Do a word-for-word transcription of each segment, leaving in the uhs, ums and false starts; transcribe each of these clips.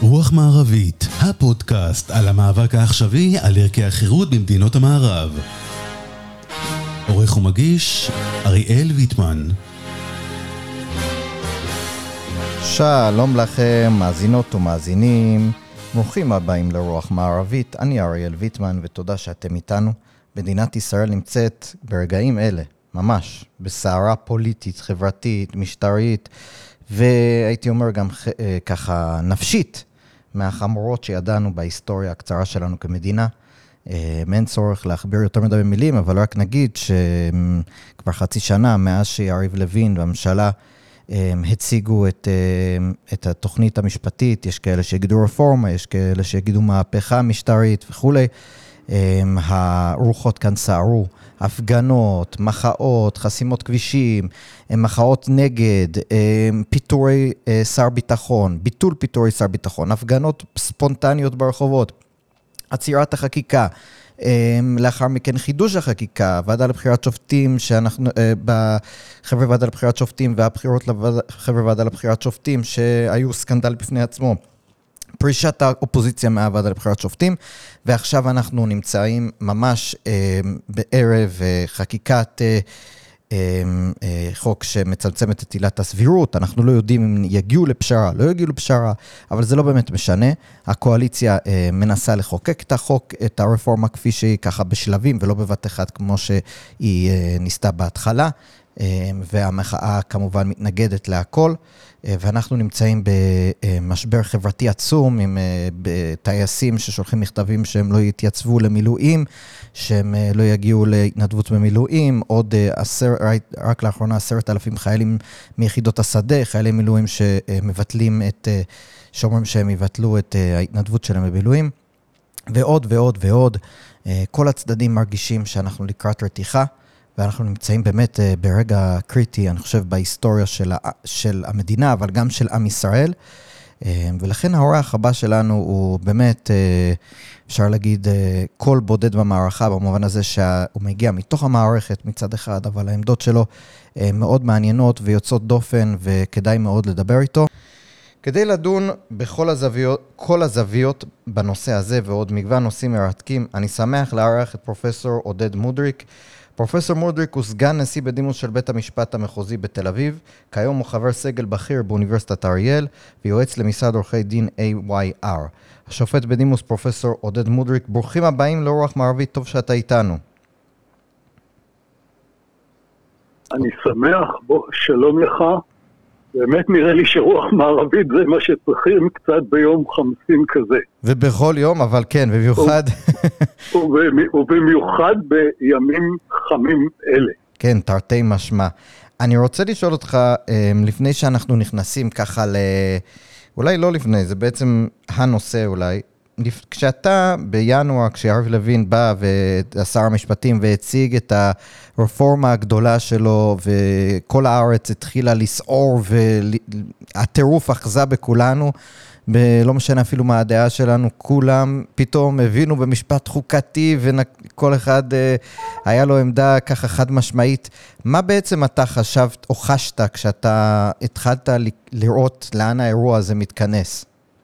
רוח מערבית, הפודקאסט על המאבק העכשווי על ערכי החירות במדינות המערב. עורך ומגיש, אריאל ויטמן. שלום לכם, מאזינות ומאזינים, ברוכים הבאים לרוח מערבית. אני אריאל ויטמן ותודה שאתם איתנו. מדינת ישראל נמצאת ברגעים אלה, ממש, בסערה פוליטית, חברתית, משטרית, והייתי אומר גם ככה נפשית, מהחמורות שידענו בהיסטוריה הקצרה שלנו כמדינה. אין צורך להכביר יותר מדי במילים, אבל רק נגיד שכבר חצי שנה מאז שיריב לוין והממשלה הציגו את, את התוכנית המשפטית, יש כאלה שיגידו רפורמה, יש כאלה שיגידו מהפכה משטרית וכו'. הרוחות כאן סערו, הפגנות, מחאות, חסימות כבישים, מחאות נגד, פיטורי שר ביטחון, ביטול פיטורי שר ביטחון, הפגנות ספונטניות ברחובות, עצירת החקיקה, לאחר מכן חידוש החקיקה, ועדה לבחירת שופטים, שאנחנו, בחברי ועדה לבחירת שופטים והבחירות לחברי ועדה לבחירת שופטים שהיו סקנדל בפני עצמו, פרישת האופוזיציה מהוועדה לבחירת שופטים, ועכשיו אנחנו נמצאים ממש אה, בערב אה, חקיקת אה, אה, חוק שמצמצמת את עילת הסבירות. אנחנו לא יודעים אם יגיעו לפשרה, לא יגיעו לפשרה, אבל זה לא באמת משנה. הקואליציה אה, מנסה לחוקק את החוק, את הרפורמה כפי שהיא ככה בשלבים, ולא בבת אחד כמו שהיא אה, ניסתה בהתחלה. והמחאה כמובן מתנגדת להכל, ואנחנו נמצאים במשבר חברתי עצום, עם טייסים ששולחים מכתבים שהם לא יתייצבו למילואים, שהם לא יגיעו להתנדבות במילואים, עוד עשר, רק לאחרונה עשרת אלפים חיילים מיחידות השדה, חיילי מילואים שמבטלים את, שאומרים שהם יבטלו את ההתנדבות שלהם במילואים, ועוד ועוד ועוד. כל הצדדים מרגישים שאנחנו לקראת רתיחה, ואנחנו נמצאים באמת ברגע קריטי, אני חושב, בהיסטוריה של, של המדינה, אבל גם של עם ישראל. ולכן האורח הבא שלנו הוא באמת, אפשר להגיד, קול בודד במערכה, במובן הזה שהוא מגיע מתוך המערכת מצד אחד, אבל העמדות שלו מאוד מעניינות ויוצאות דופן, וכדאי מאוד לדבר איתו. כדי לדון בכל הזוויות, כל הזוויות בנושא הזה ועוד מגוון נושאים מרתקים, אני שמח לארח את פרופסור עודד מודריק. פרופסור מודריק הוא סגן נשיא בדימוס של בית המשפט המחוזי בתל אביב, כיום הוא חבר סגל בכיר באוניברסיטת אריאל, ויועץ למשרד עורכי דין איי וואי אר. השופט בדימוס פרופסור עודד מודריק, ברוכים הבאים לרוח מערבית, טוב שאתה איתנו. אני שמח, בוא, שלום לך. באמת נראה לי שרוח מערבית זה מה שצריכים קצת ביום חמסים כזה. ובכל יום, אבל כן, במיוחד. ובמיוחד בימים חמים אלה. כן, תרתי משמע. אני רוצה לשאול אותך, לפני שאנחנו נכנסים ככה ל... אולי לא לפני, זה בעצם הנושא אולי. כשאתה בינואר, כשיריב לוין בא ושר המשפטים והציג את הרפורמה הגדולה שלו וכל הארץ התחילה לסעור והטירוף אחזה בכולנו, לא משנה אפילו מה הדעה שלנו, כולם פתאום הבינו במשפט חוקתי וכל אחד היה לו עמדה ככה חד משמעית. מה בעצם אתה חשבת או חשת כשאתה התחלת לראות לאן האירוע הזה מתכנס?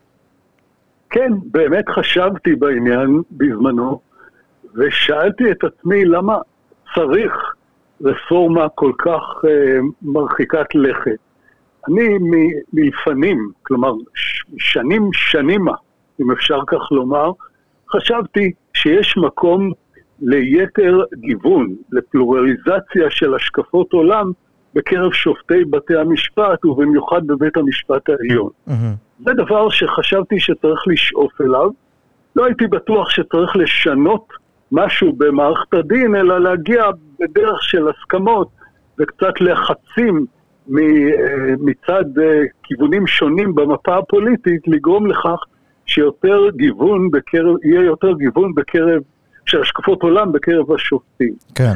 כן, באמת חשבתי בעניין בזמנו, ושאלתי את עצמי למה צריך רפורמה כל כך אה, מרחיקת לכת. אני מ- מלפנים, כלומר שנים שנימה, אם אפשר כך לומר, חשבתי שיש מקום ליתר גיוון, לפלורליזציה של השקפות עולם בקרב שופטי בתי המשפט ובמיוחד בבית המשפט העליון. Mm-hmm. זה דבר שחשבתי שצריך לשאוף אליו. לא הייתי בטוח שצריך לשנות משהו במערכת הדין, אלא להגיע בדרך של הסכמות וקצת לחצים מצד כיוונים שונים במפה הפוליטית, לגרום לכך שיותר גיוון בקרב, יהיה יותר גיוון בקרב, של השקפות עולם בקרב השופטים. כן.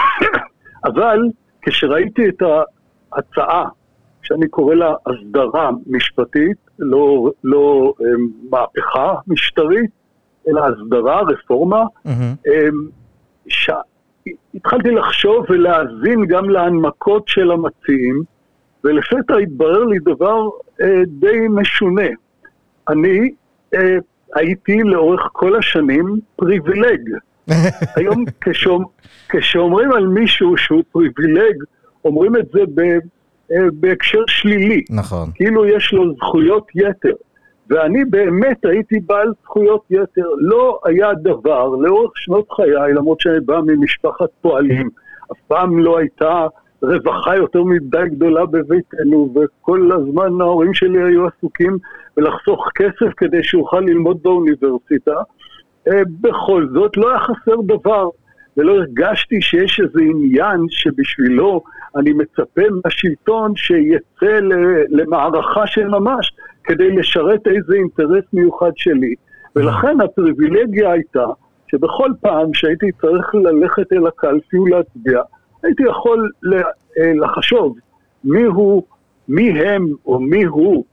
אבל כשראיתי את ההצעה, שאני קורא לה הסדרה משפטית, לא, לא הם, מהפכה משטרית, אלא הסדרה, רפורמה, mm-hmm. הם, ש... התחלתי לחשוב ולהזין גם להנמקות של המציעים, ולפתע התברר לי דבר אה, די משונה. אני אה, הייתי לאורך כל השנים פריבילג. היום כשאומר, כשאומרים על מישהו שהוא פריבילג, אומרים את זה ב, אה, בהקשר שלילי. נכון. כאילו יש לו זכויות יתר. ואני באמת הייתי בעל זכויות יתר. לא היה דבר לאורך שנות חיי, למרות שאני בא ממשפחת פועלים, אף פעם לא הייתה רווחה יותר מדי גדולה בביתנו, וכל הזמן ההורים שלי היו עסוקים ולחסוך כסף כדי שאוכל ללמוד באוניברסיטה. בכל זאת לא היה חסר דבר, ולא הרגשתי שיש איזה עניין שבשבילו אני מצפה מהשלטון שיצא למערכה של ממש, כדי לשרת איזה אינטרס מיוחד שלי. ולכן הפריבילגיה הייתה שבכל פעם שהייתי צריך ללכת אל הקלפי ולהצביע, הייתי יכול לחשוב מי הוא, מי הם או מי הוא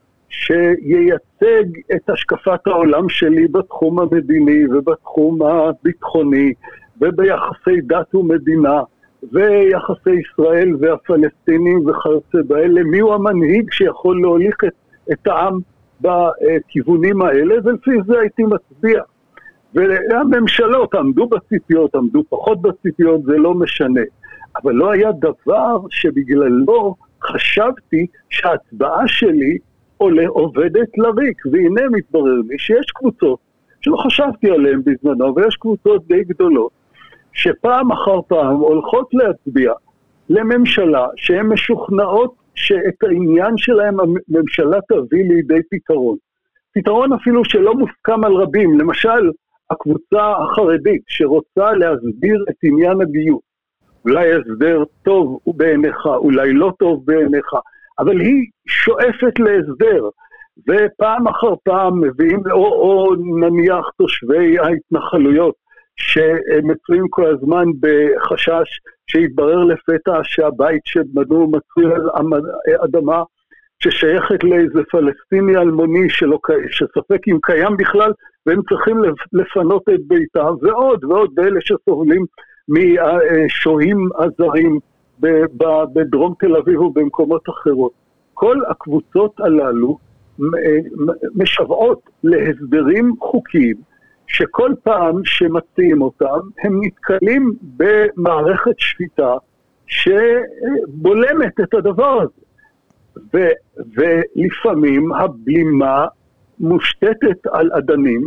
שייצג את השקפת העולם שלי בתחום המדיני ובתחום הביטחוני וביחסי דת ומדינה ויחסי ישראל והפלסטינים וכיוצא באלה, מי הוא המנהיג שיכול להוליך את, את העם בכיוונים האלה, ולפי זה הייתי מצביע. והממשלות עמדו בציפיות, עמדו פחות בציפיות, זה לא משנה. אבל לא היה דבר שבגללו חשבתי שההצבעה שלי עולה עובדת לריק, והנה מתברר לי שיש קבוצות שלא חשבתי עליהן בזמנו, ויש קבוצות די גדולות, שפעם אחר פעם הולכות להצביע לממשלה שהן משוכנעות שאת העניין שלהם הממשלה תביא לידי פתרון. פתרון אפילו שלא מוסכם על רבים, למשל הקבוצה החרדית שרוצה להסביר את עניין הגיוס. אולי הסדר טוב בעיניך, אולי לא טוב בעיניך, אבל היא שואפת להסדר, ופעם אחר פעם מביאים, או, או נניח תושבי ההתנחלויות, שמצויים כל הזמן בחשש שיתברר לפתע שהבית שבנו מצוי על אדמה ששייכת לאיזה פלסטיני אלמוני שלא, שספק אם קיים בכלל, והם צריכים לפנות את ביתם, ועוד ועוד באלה שסובלים משוהים הזרים בדרום תל אביב ובמקומות אחרות. כל הקבוצות הללו משוועות להסדרים חוקיים, שכל פעם שמציעים אותם, הם נתקלים במערכת שפיטה שבולמת את הדבר הזה. ו, ולפעמים הבלימה מושתתת על אדנים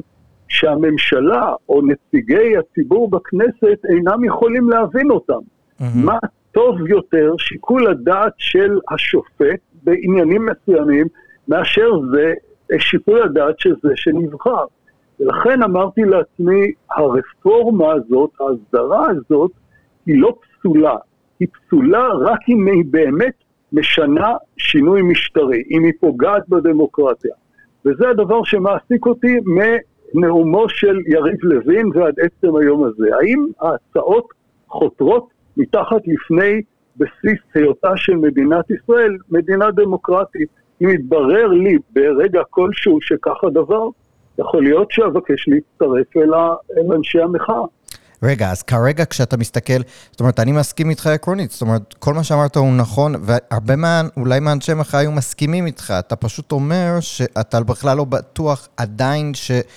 שהממשלה או נציגי הציבור בכנסת אינם יכולים להבין אותם. Mm-hmm. מה טוב יותר שיקול הדעת של השופט בעניינים מסוימים, מאשר זה שיקול הדעת של זה שנבחר. ולכן אמרתי לעצמי, הרפורמה הזאת, ההסדרה הזאת, היא לא פסולה. היא פסולה רק אם היא באמת משנה שינוי משטרי, אם היא פוגעת בדמוקרטיה. וזה הדבר שמעסיק אותי מנאומו של יריב לוין ועד עצם היום הזה. האם ההצעות חותרות מתחת לפני בסיס היותה של מדינת ישראל, מדינה דמוקרטית? אם יתברר לי ברגע כלשהו שכך הדבר, יכול להיות שאבקש להצטרף אל, אל אנשי המחאה. רגע, אז כרגע כשאתה מסתכל, זאת אומרת, אני מסכים איתך עקרונית, זאת אומרת, כל מה שאמרת הוא נכון, והרבה מה, אולי מאנשי מחאה היו מסכימים איתך, אתה פשוט אומר שאתה בכלל לא בטוח עדיין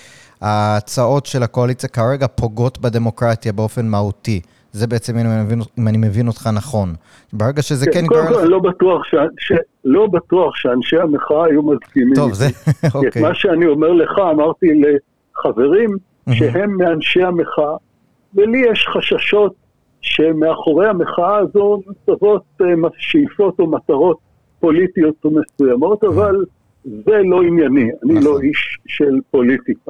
שההצעות של הקואליציה כרגע פוגעות בדמוקרטיה באופן מהותי. זה בעצם אם אני מבין, אם אני מבין אותך נכון. ברגע שזה כן... קודם כל, לא בטוח ש... ש... לא בטוח שאנשי המחאה היו מסכימים. טוב, זה... אוקיי. את מה שאני אומר לך, אמרתי לחברים שהם מאנשי המחאה, ולי יש חששות שמאחורי המחאה הזו נצבות שאיפות או מטרות פוליטיות מסוימות, אבל זה לא ענייני, אני לא איש של פוליטיקה.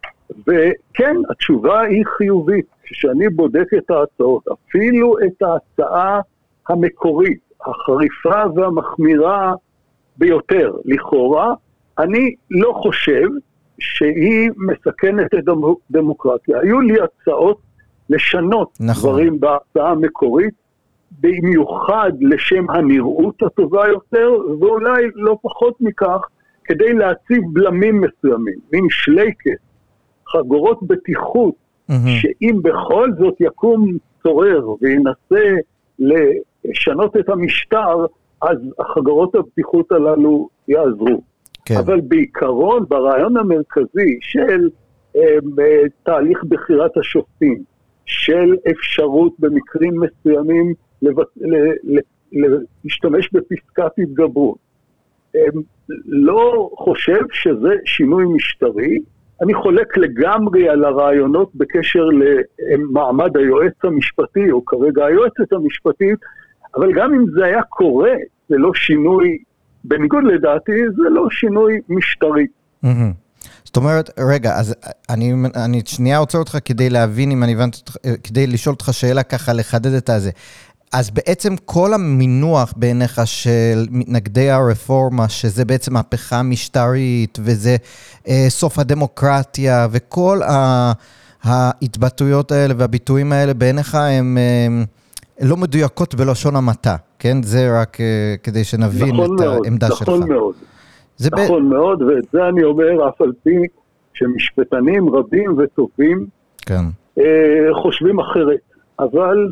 וכן, התשובה היא חיובית, כשאני בודק את ההצעות, אפילו את ההצעה המקורית, החריפה והמחמירה ביותר, לכאורה, אני לא חושב שהיא מסכנת את הדמוקרטיה. היו לי הצעות לשנות נכון. דברים בהצעה המקורית, במיוחד לשם הנראות הטובה יותר, ואולי לא פחות מכך, כדי להציב בלמים מסוימים, מין שלייקס, חגורות בטיחות, mm-hmm. שאם בכל זאת יקום צורר וינסה לשנות את המשטר, אז החגורות הבטיחות הללו יעזרו. כן. אבל בעיקרון, ברעיון המרכזי של אה, תהליך בחירת השופטים, של אפשרות במקרים מסוימים לבט... ל... ל... להשתמש בפסקת התגברות, אה, לא חושב שזה שינוי משטרי. אני חולק לגמרי על הרעיונות בקשר למעמד היועץ המשפטי, או כרגע היועצת המשפטית, אבל גם אם זה היה קורה, זה לא שינוי, בניגוד לדעתי, זה לא שינוי משטרי. זאת אומרת, רגע, אז אני, אני שנייה עוצר אותך כדי להבין אם אני הבנתי, כדי לשאול אותך שאלה ככה, לחדד את הזה. אז בעצם כל המינוח בעיניך של מתנגדי הרפורמה, שזה בעצם מהפכה משטרית, וזה אה, סוף הדמוקרטיה, וכל ה, ההתבטאויות האלה והביטויים האלה בעיניך הם אה, לא מדויקות בלשון המעטה, כן? זה רק אה, כדי שנבין נכון את מאוד, העמדה נכון שלך. נכון מאוד, נכון ב... מאוד, ואת זה אני אומר אף על פי שמשפטנים רבים וטובים כן. אה, חושבים אחרת, אבל...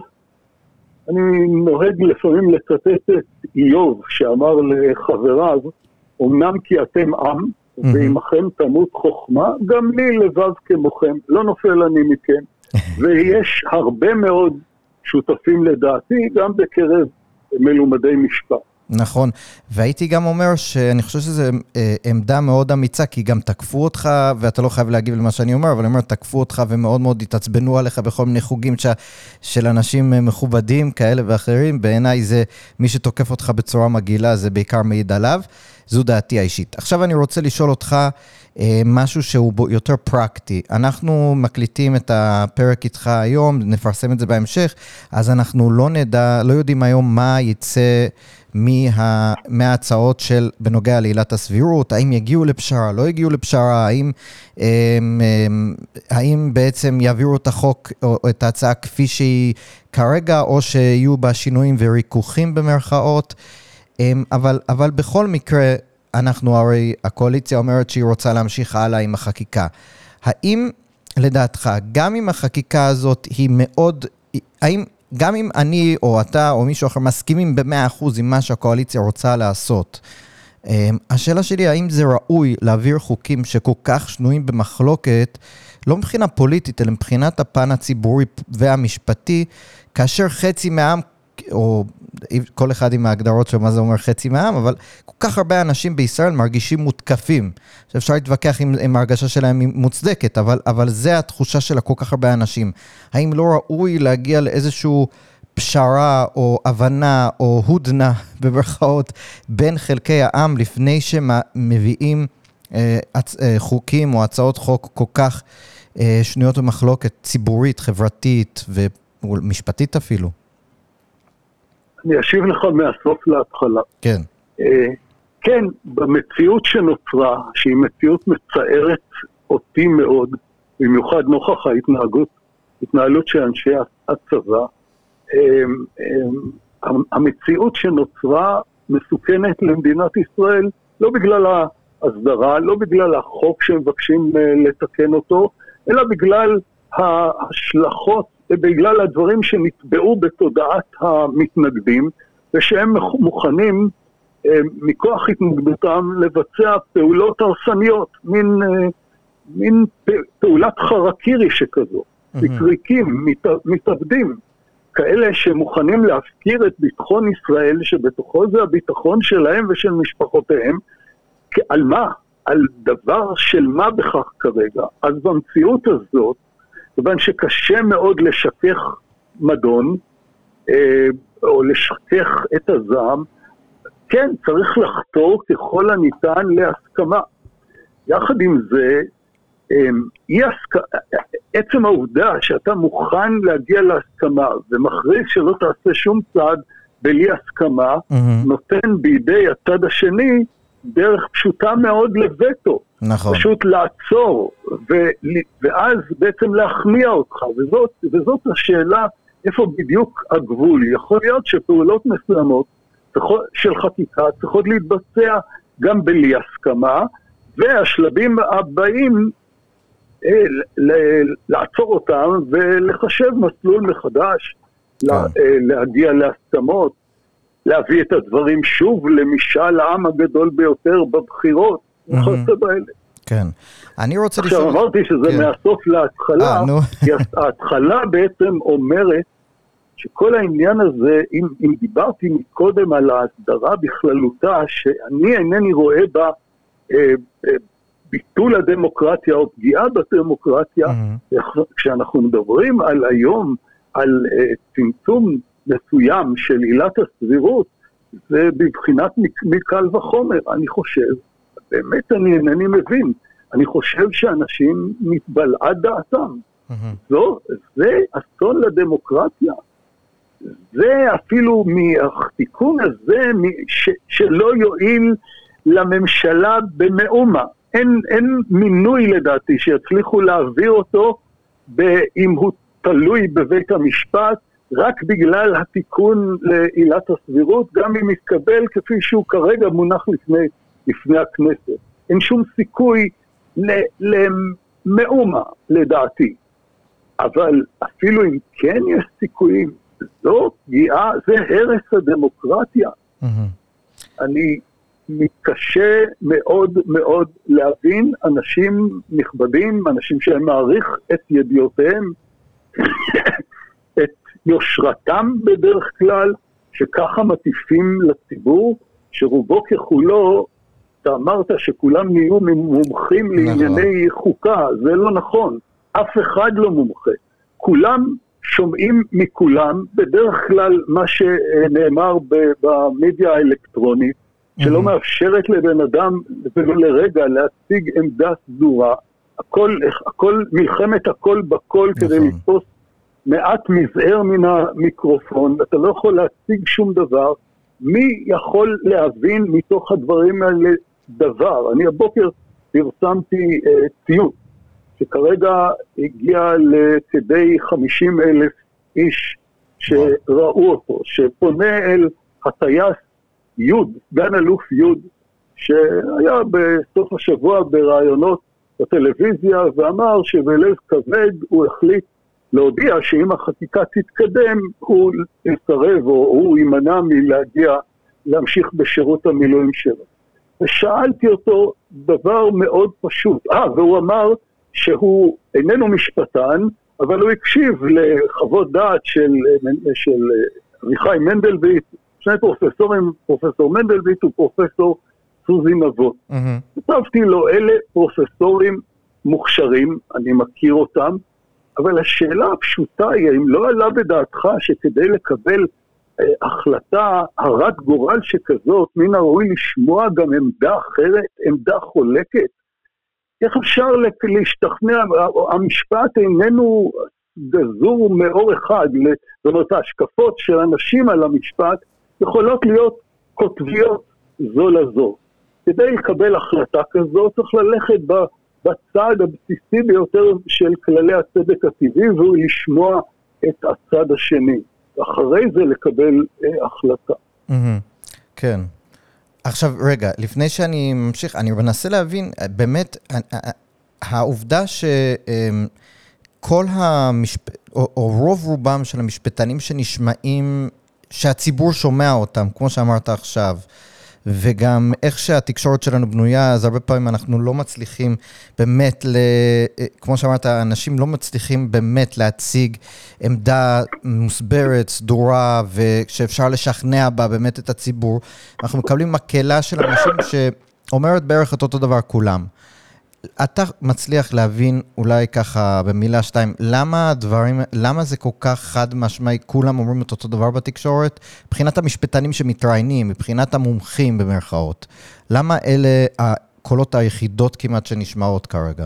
אני נוהג לפעמים לצטט את איוב שאמר לחבריו, אמנם כי אתם עם, ועמכם תמות חוכמה, גם לי לבב כמוכם, לא נופל אני מכם. ויש הרבה מאוד שותפים לדעתי, גם בקרב מלומדי משפט. נכון, והייתי גם אומר שאני חושב שזו עמדה מאוד אמיצה, כי גם תקפו אותך, ואתה לא חייב להגיב למה שאני אומר, אבל אני אומר, תקפו אותך ומאוד מאוד התעצבנו עליך בכל מיני חוגים של אנשים מכובדים כאלה ואחרים. בעיניי זה, מי שתוקף אותך בצורה מגעילה, זה בעיקר מעיד עליו. זו דעתי האישית. עכשיו אני רוצה לשאול אותך משהו שהוא יותר פרקטי. אנחנו מקליטים את הפרק איתך היום, נפרסם את זה בהמשך, אז אנחנו לא נדע, לא יודעים היום מה יצא מה, מההצעות של בנוגע לעילת הסבירות, האם יגיעו לפשרה, לא יגיעו לפשרה, האם, האם בעצם יעבירו את החוק או את ההצעה כפי שהיא כרגע, או שיהיו בה שינויים וריכוחים במרכאות, אבל, אבל בכל מקרה, אנחנו הרי, הקואליציה אומרת שהיא רוצה להמשיך הלאה עם החקיקה. האם לדעתך, גם אם החקיקה הזאת היא מאוד, האם גם אם אני או אתה או מישהו אחר מסכימים ב-מאה אחוז עם מה שהקואליציה רוצה לעשות, השאלה שלי, האם זה ראוי להעביר חוקים שכל כך שנויים במחלוקת, לא מבחינה פוליטית, אלא מבחינת הפן הציבורי והמשפטי, כאשר חצי מהעם, או כל אחד עם ההגדרות של מה זה אומר חצי מהעם, אבל כל כך הרבה אנשים בישראל מרגישים מותקפים, שאפשר להתווכח עם, עם ההרגשה שלהם מוצדקת, אבל, אבל זה התחושה של כל כך הרבה אנשים. האם לא ראוי להגיע לאיזשהו פשרה או הבנה או הודנה בברכאות בין חלקי העם, לפני שמביאים אה, אה, חוקים או הצעות חוק כל כך אה, שנויות במחלוקת ציבורית, חברתית ומשפטית אפילו? אני אשיב לך מהסוף להתחלה. כן. כן, במציאות שנוצרה, שהיא מציאות מצערת אותי מאוד, במיוחד נוכח ההתנהגות, התנהלות של אנשי הצבא, המציאות שנוצרה מסוכנת למדינת ישראל, לא בגלל ההסדרה, לא בגלל החוק שמבקשים לתקן אותו, אלא בגלל ההשלכות, בגלל הדברים שנטבעו בתודעת המתנגדים, ושהם מוכנים מכוח התנגדותם לבצע פעולות הרסניות, מין, מין פעולת חרקירי שכזו, מקריקים, מתאבדים, כאלה שמוכנים להפקיר את ביטחון ישראל, שבתוכו זה הביטחון שלהם ושל משפחותיהם, על מה? על דבר של מה בכך כרגע. אז במציאות הזאת, כיוון שקשה מאוד לשכך מדון, אה, או לשכך את הזעם, כן, צריך לחתור ככל הניתן להסכמה. יחד עם זה, אה, הסכ... עצם העובדה שאתה מוכן להגיע להסכמה, ומכריז שלא תעשה שום צעד בלי הסכמה, mm-hmm. נותן בידי הצד השני, דרך פשוטה מאוד לווטו. נכון. פשוט לעצור, ו- ואז בעצם להחמיע אותך, וזאת, וזאת השאלה, איפה בדיוק הגבול. יכול להיות שפעולות מסוימות של חקיקה צריכות להתבצע גם בלי הסכמה, והשלבים הבאים, לעצור אותם ולחשב מסלול מחדש, לה, להגיע להסכמות, להביא את הדברים שוב למשאל העם הגדול ביותר בבחירות. וכיוצא באלה. כן. אני רוצה לשאול... עכשיו אמרתי שזה מהסוף להתחלה, כי ההתחלה בעצם אומרת שכל העניין הזה, אם, אם דיברתי מקודם על ההסדרה בכללותה, שאני אינני רואה בה אה, אה, ביטול הדמוקרטיה או פגיעה בדמוקרטיה, mm-hmm. כשאנחנו מדברים על היום, על אה, צמצום מסוים של עילת הסבירות, זה בבחינת מקל וחומר. אני חושב, באמת אני אינני מבין, אני חושב שאנשים מתבלעה דעתם. Mm-hmm. זו, זה אסון לדמוקרטיה. זה אפילו מהתיקון הזה ש, שלא יועיל לממשלה במאומה. אין, אין מינוי לדעתי שיצליחו להעביר אותו אם הוא תלוי בבית המשפט, רק בגלל התיקון לעילת הסבירות, גם אם יתקבל כפי שהוא כרגע מונח לפני, לפני הכנסת. אין שום סיכוי למאומה לדעתי. אבל אפילו אם כן יש סיכויים, זו פגיעה, זה הרס הדמוקרטיה. Mm-hmm. אני מתקשה מאוד מאוד להבין אנשים נכבדים, אנשים שהם מעריך את ידיעותיהם, את יושרתם בדרך כלל, שככה מטיפים לציבור, שרובו ככולו, אתה אמרת שכולם נהיו מומחים לענייני חוקה, זה לא נכון, אף אחד לא מומחה. כולם שומעים מכולם, בדרך כלל מה שנאמר במדיה האלקטרונית, שלא מאפשרת לבן אדם ולא לרגע להציג עמדה סדורה, הכל, הכל, מלחמת הכל בכל כדי לתפוס מעט מזער מן המיקרופון, אתה לא יכול להציג שום דבר, מי יכול להבין מתוך הדברים האלה דבר? אני הבוקר פרסמתי uh, ציוט, שכרגע הגיע לכדי חמישים אלף איש שראו אותו, שפונה אל הטייס יוד, סגן אלוף יוד, שהיה בסוף השבוע ברעיונות בטלוויזיה, ואמר שבלב כבד הוא החליט להודיע שאם החקיקה תתקדם, הוא יסרב או הוא יימנע מלהגיע, להמשיך בשירות המילואים שלו. ושאלתי אותו דבר מאוד פשוט. אה, והוא אמר שהוא איננו משפטן, אבל הוא הקשיב לחוות דעת של, של אביחי מנדלבליט, שני פרופסורים, פרופסור מנדלבליט ופרופסור סוזי נבות. כתבתי mm-hmm. לו, אלה פרופסורים מוכשרים, אני מכיר אותם, אבל השאלה הפשוטה היא, אם לא עלה בדעתך שכדי לקבל אה, החלטה הרת גורל שכזאת, מן הראוי לשמוע גם עמדה אחרת, עמדה חולקת? איך אפשר להשתכנע, המשפט איננו גזור מאור אחד, זאת אומרת, ההשקפות של אנשים על המשפט יכולות להיות כותביות זו לזו. כדי לקבל החלטה כזאת צריך ללכת בצד הבסיסי ביותר של כללי הצדק הטבעי, והוא לשמוע את הצד השני. אחרי זה לקבל אה, החלטה. Mm-hmm. כן. עכשיו, רגע, לפני שאני ממשיך, אני מנסה להבין, באמת, העובדה שכל המשפט, או, או רוב רובם של המשפטנים שנשמעים, שהציבור שומע אותם, כמו שאמרת עכשיו, וגם איך שהתקשורת שלנו בנויה, אז הרבה פעמים אנחנו לא מצליחים באמת, ל... כמו שאמרת, אנשים לא מצליחים באמת להציג עמדה מוסברת, סדורה, ושאפשר לשכנע בה באמת את הציבור. אנחנו מקבלים מקהלה של אנשים שאומרת בערך את אותו דבר כולם. אתה מצליח להבין אולי ככה במילה שתיים, למה הדברים, למה זה כל כך חד משמעי, כולם אומרים את אותו דבר בתקשורת, מבחינת המשפטנים שמתראיינים, מבחינת המומחים במרכאות, למה אלה הקולות היחידות כמעט שנשמעות כרגע?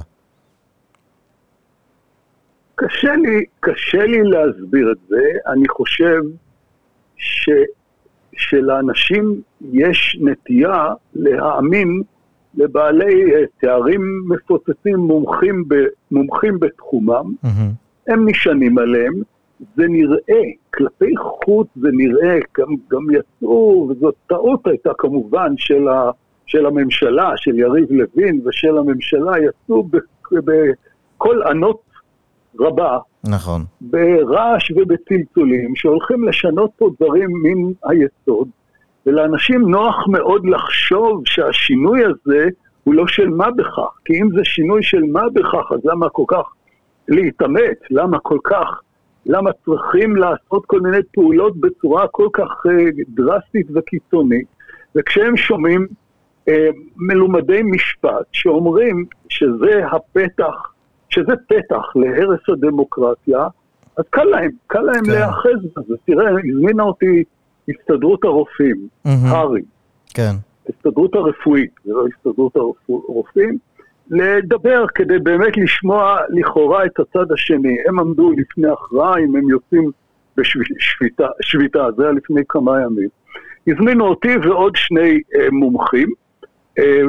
קשה לי, קשה לי להסביר את זה. אני חושב ש, שלאנשים יש נטייה להאמין לבעלי תארים מפוצצים מומחים, ב, מומחים בתחומם, mm-hmm. הם נשענים עליהם, זה נראה, כלפי חוץ זה נראה, גם, גם יצאו, וזאת טעות הייתה כמובן של, ה, של הממשלה, של יריב לוין ושל הממשלה, יצאו בכל ענות רבה, נכון. ברעש ובצלצולים, שהולכים לשנות פה דברים מן היסוד, ולאנשים נוח מאוד לחשוב שהשינוי הזה הוא לא של מה בכך, כי אם זה שינוי של מה בכך, אז למה כל כך להתאמץ, למה כל כך, למה צריכים לעשות כל מיני פעולות בצורה כל כך דרסטית וקיצונית, וכשהם שומעים אה, מלומדי משפט שאומרים שזה הפתח, שזה פתח להרס הדמוקרטיה, אז קל להם, קל להם כן. להיאחז בזה. תראה, הזמינה אותי הסתדרות הרופאים, mm-hmm. הרי, כן. הסתדרות הרפואית, זה לא הסתדרות הרופאים, לדבר כדי באמת לשמוע לכאורה את הצד השני. הם עמדו לפני הכרעה, אם הם יוצאים בשביתה, שביתה, זה היה לפני כמה ימים. הזמינו אותי ועוד שני אה, מומחים, אה,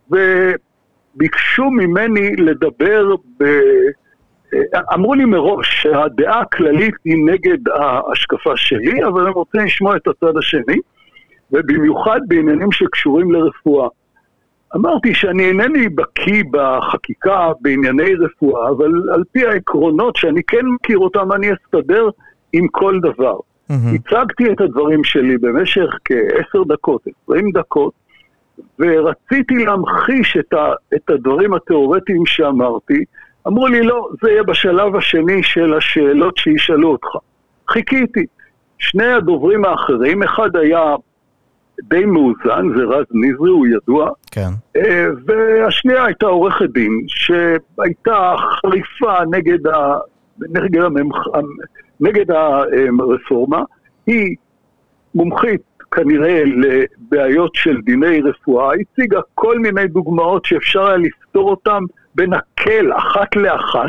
וביקשו ממני לדבר, ב... אה, אמרו לי מראש שהדעה הכללית היא נגד ההשקפה שלי, אבל הם רוצים לשמוע את הצד השני, ובמיוחד בעניינים שקשורים לרפואה. אמרתי שאני אינני בקיא בחקיקה בענייני רפואה, אבל על פי העקרונות שאני כן מכיר אותם, אני אסתדר עם כל דבר. Mm-hmm. הצגתי את הדברים שלי במשך כעשר דקות, עשרים דקות, ורציתי להמחיש את, ה, את הדברים התיאורטיים שאמרתי. אמרו לי, לא, זה יהיה בשלב השני של השאלות שישאלו אותך. חיכיתי. שני הדוברים האחרים, אחד היה די מאוזן, זה רז נזרי, הוא ידוע. כן. והשנייה הייתה עורכת דין, שהייתה חריפה נגד, ה, נגד, הממח, נגד הרפורמה. היא מומחית כנראה לבעיות של דיני רפואה, הציגה כל מיני דוגמאות שאפשר היה לפתור אותם בנקל אחת לאחת,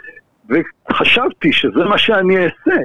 וחשבתי שזה מה שאני אעשה.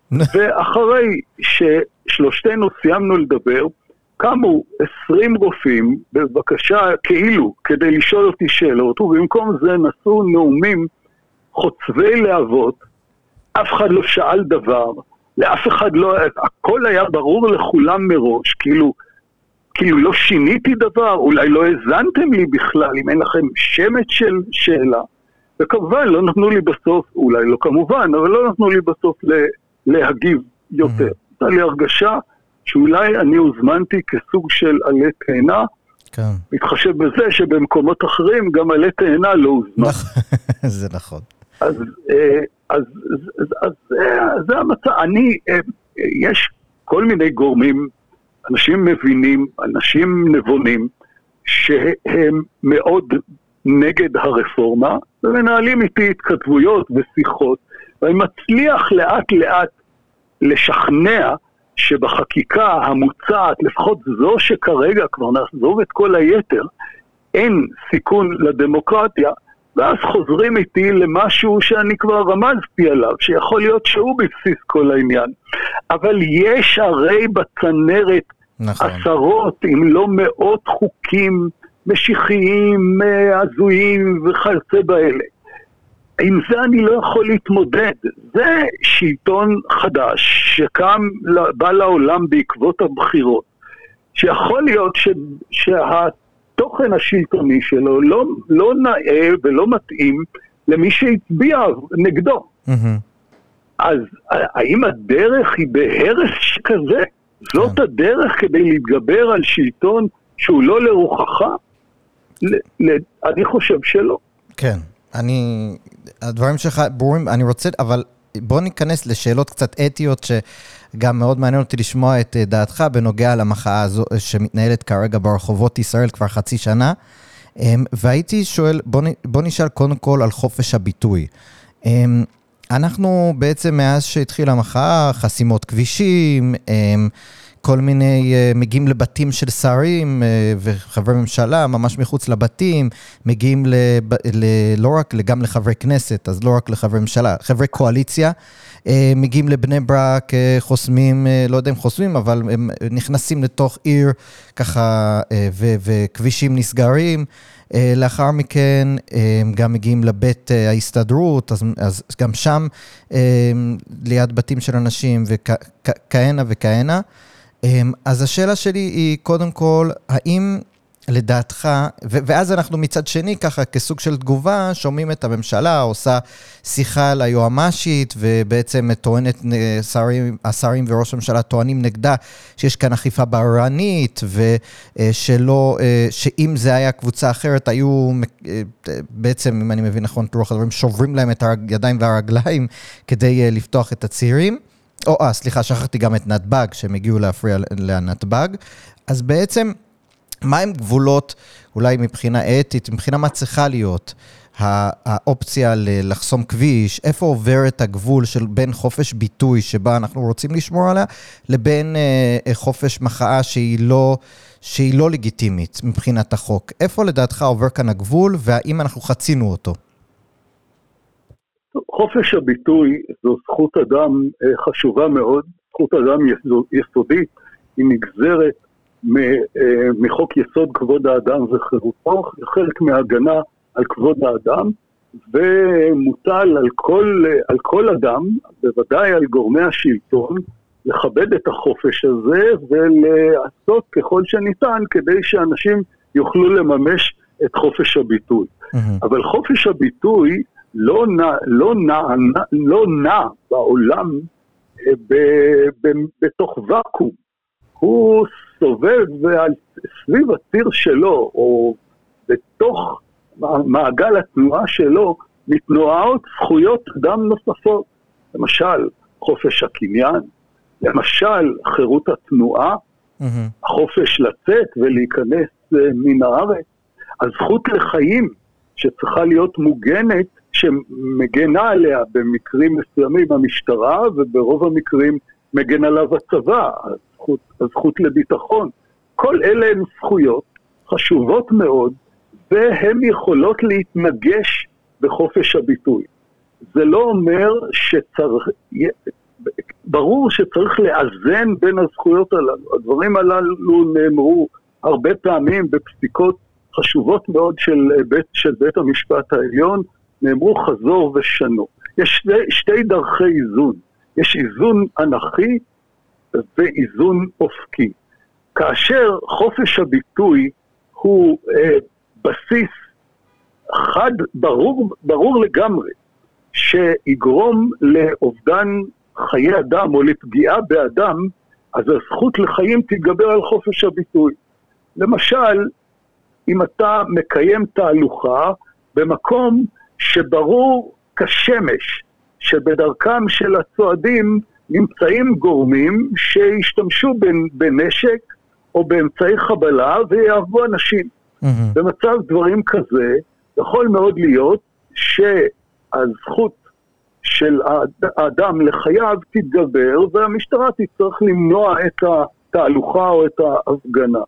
ואחרי ששלושתנו סיימנו לדבר, קמו עשרים רופאים בבקשה כאילו כדי לשאול אותי שאלות, ובמקום זה נשאו נאומים חוצבי להבות, אף אחד לא שאל דבר, לאף אחד לא, הכל היה ברור לכולם מראש, כאילו, כאילו לא שיניתי דבר, אולי לא הזנתם לי בכלל, אם אין לכם שמץ של שאלה, וכמובן לא נתנו לי בסוף, אולי לא כמובן, אבל לא נתנו לי בסוף להגיב יותר. הייתה לי הרגשה שאולי אני הוזמנתי כסוג של עלי תאנה, כן. מתחשב בזה שבמקומות אחרים גם עלי תאנה לא הוזמן. זה נכון. אז, אז, אז, אז זה המצב. אני, יש כל מיני גורמים, אנשים מבינים, אנשים נבונים, שהם מאוד נגד הרפורמה, ומנהלים איתי התכתבויות ושיחות, ואני מצליח לאט לאט לשכנע שבחקיקה המוצעת, לפחות זו שכרגע כבר נעזוב את כל היתר, אין סיכון לדמוקרטיה, ואז חוזרים איתי למשהו שאני כבר רמזתי עליו, שיכול להיות שהוא בבסיס כל העניין. אבל יש הרי בצנרת נכון. עשרות, אם לא מאות חוקים משיחיים, הזויים וכיוצא באלה. עם זה אני לא יכול להתמודד. זה שלטון חדש שקם, בא לעולם בעקבות הבחירות, שיכול להיות ש, שהתוכן השלטוני שלו לא, לא נאה ולא מתאים למי שהצביע נגדו. Mm-hmm. אז האם הדרך היא בהרס כזה? זאת כן. הדרך כדי להתגבר על שלטון שהוא לא לרוחך? ל, ל, אני חושב שלא. כן. אני, הדברים שלך ברורים, אני רוצה, אבל בוא ניכנס לשאלות קצת אתיות, שגם מאוד מעניין אותי לשמוע את דעתך, בנוגע למחאה הזו, שמתנהלת כרגע ברחובות ישראל כבר חצי שנה, והייתי שואל, בוא, בוא נשאל קודם כל על חופש הביטוי. אנחנו בעצם מאז שהתחילה המחאה, חסימות כבישים, כל מיני, מגיעים לבתים של שרים וחברי ממשלה, ממש מחוץ לבתים, מגיעים ל, ל, לא רק, גם לחברי כנסת, אז לא רק לחברי ממשלה, חברי קואליציה, מגיעים לבני ברק, חוסמים, לא יודע אם חוסמים, אבל הם נכנסים לתוך עיר ככה, ו, וכבישים נסגרים, לאחר מכן גם מגיעים לבית ההסתדרות, אז, אז גם שם ליד בתים של אנשים וכהנה וכהנה. אז השאלה שלי היא קודם כל, האם לדעתך, ו- ואז אנחנו מצד שני, ככה כסוג של תגובה, שומעים את הממשלה, עושה שיחה ליועמ"שית, ובעצם טוענת, שרים, השרים וראש הממשלה טוענים נגדה, שיש כאן אכיפה בררנית, ושלא, שאם זה היה קבוצה אחרת, היו בעצם, אם אני מבין נכון, רוח הדברים, שוברים להם את הידיים והרגליים, כדי לפתוח את הצעירים. או, אה, סליחה, שכחתי גם את נתב"ג, שהם הגיעו להפריע לנתב"ג. אז בעצם, מה הם גבולות, אולי מבחינה אתית, מבחינה מה צריכה להיות, האופציה לחסום כביש, איפה עובר את הגבול של בין חופש ביטוי, שבה אנחנו רוצים לשמור עליה, לבין אה, חופש מחאה שהיא לא, שהיא לא לגיטימית מבחינת החוק. איפה לדעתך עובר כאן הגבול, והאם אנחנו חצינו אותו? חופש הביטוי זו זכות אדם חשובה מאוד, זכות אדם יסודית, היא נגזרת מחוק יסוד כבוד האדם וחירותו, חלק מההגנה על כבוד האדם, ומוטל על כל, על כל אדם, בוודאי על גורמי השלטון, לכבד את החופש הזה ולעשות ככל שניתן כדי שאנשים יוכלו לממש את חופש הביטוי. Mm-hmm. אבל חופש הביטוי לא נע, לא נע, לא נע בעולם ב, ב, בתוך וקום. הוא סובב סביב הציר שלו, או בתוך מעגל התנועה שלו, מתנועות זכויות אדם נוספות. למשל, חופש הקניין, למשל, חירות התנועה, mm-hmm. החופש לצאת ולהיכנס מן הארץ, הזכות לחיים שצריכה להיות מוגנת, שמגנה עליה במקרים מסוימים המשטרה, וברוב המקרים מגן עליו הצבא, הזכות, הזכות לביטחון. כל אלה הן זכויות חשובות מאוד, והן יכולות להתנגש בחופש הביטוי. זה לא אומר שצריך, ברור שצריך לאזן בין הזכויות הללו. הדברים הללו נאמרו הרבה פעמים בפסיקות חשובות מאוד של בית, של בית המשפט העליון, נאמרו חזור ושנו. יש שתי, שתי דרכי איזון. יש איזון אנכי ואיזון אופקי. כאשר חופש הביטוי הוא אה, בסיס חד, ברור, ברור לגמרי, שיגרום לאובדן חיי אדם או לפגיעה באדם, אז הזכות לחיים תתגבר על חופש הביטוי. למשל, אם אתה מקיים תהלוכה במקום שברור כשמש, שבדרכם של הצועדים נמצאים גורמים שהשתמשו בנשק או באמצעי חבלה ויעבו אנשים. Mm-hmm. במצב דברים כזה, יכול מאוד להיות שהזכות של האדם לחייו תתגבר, והמשטרה תצטרך למנוע את התהלוכה או את ההפגנה.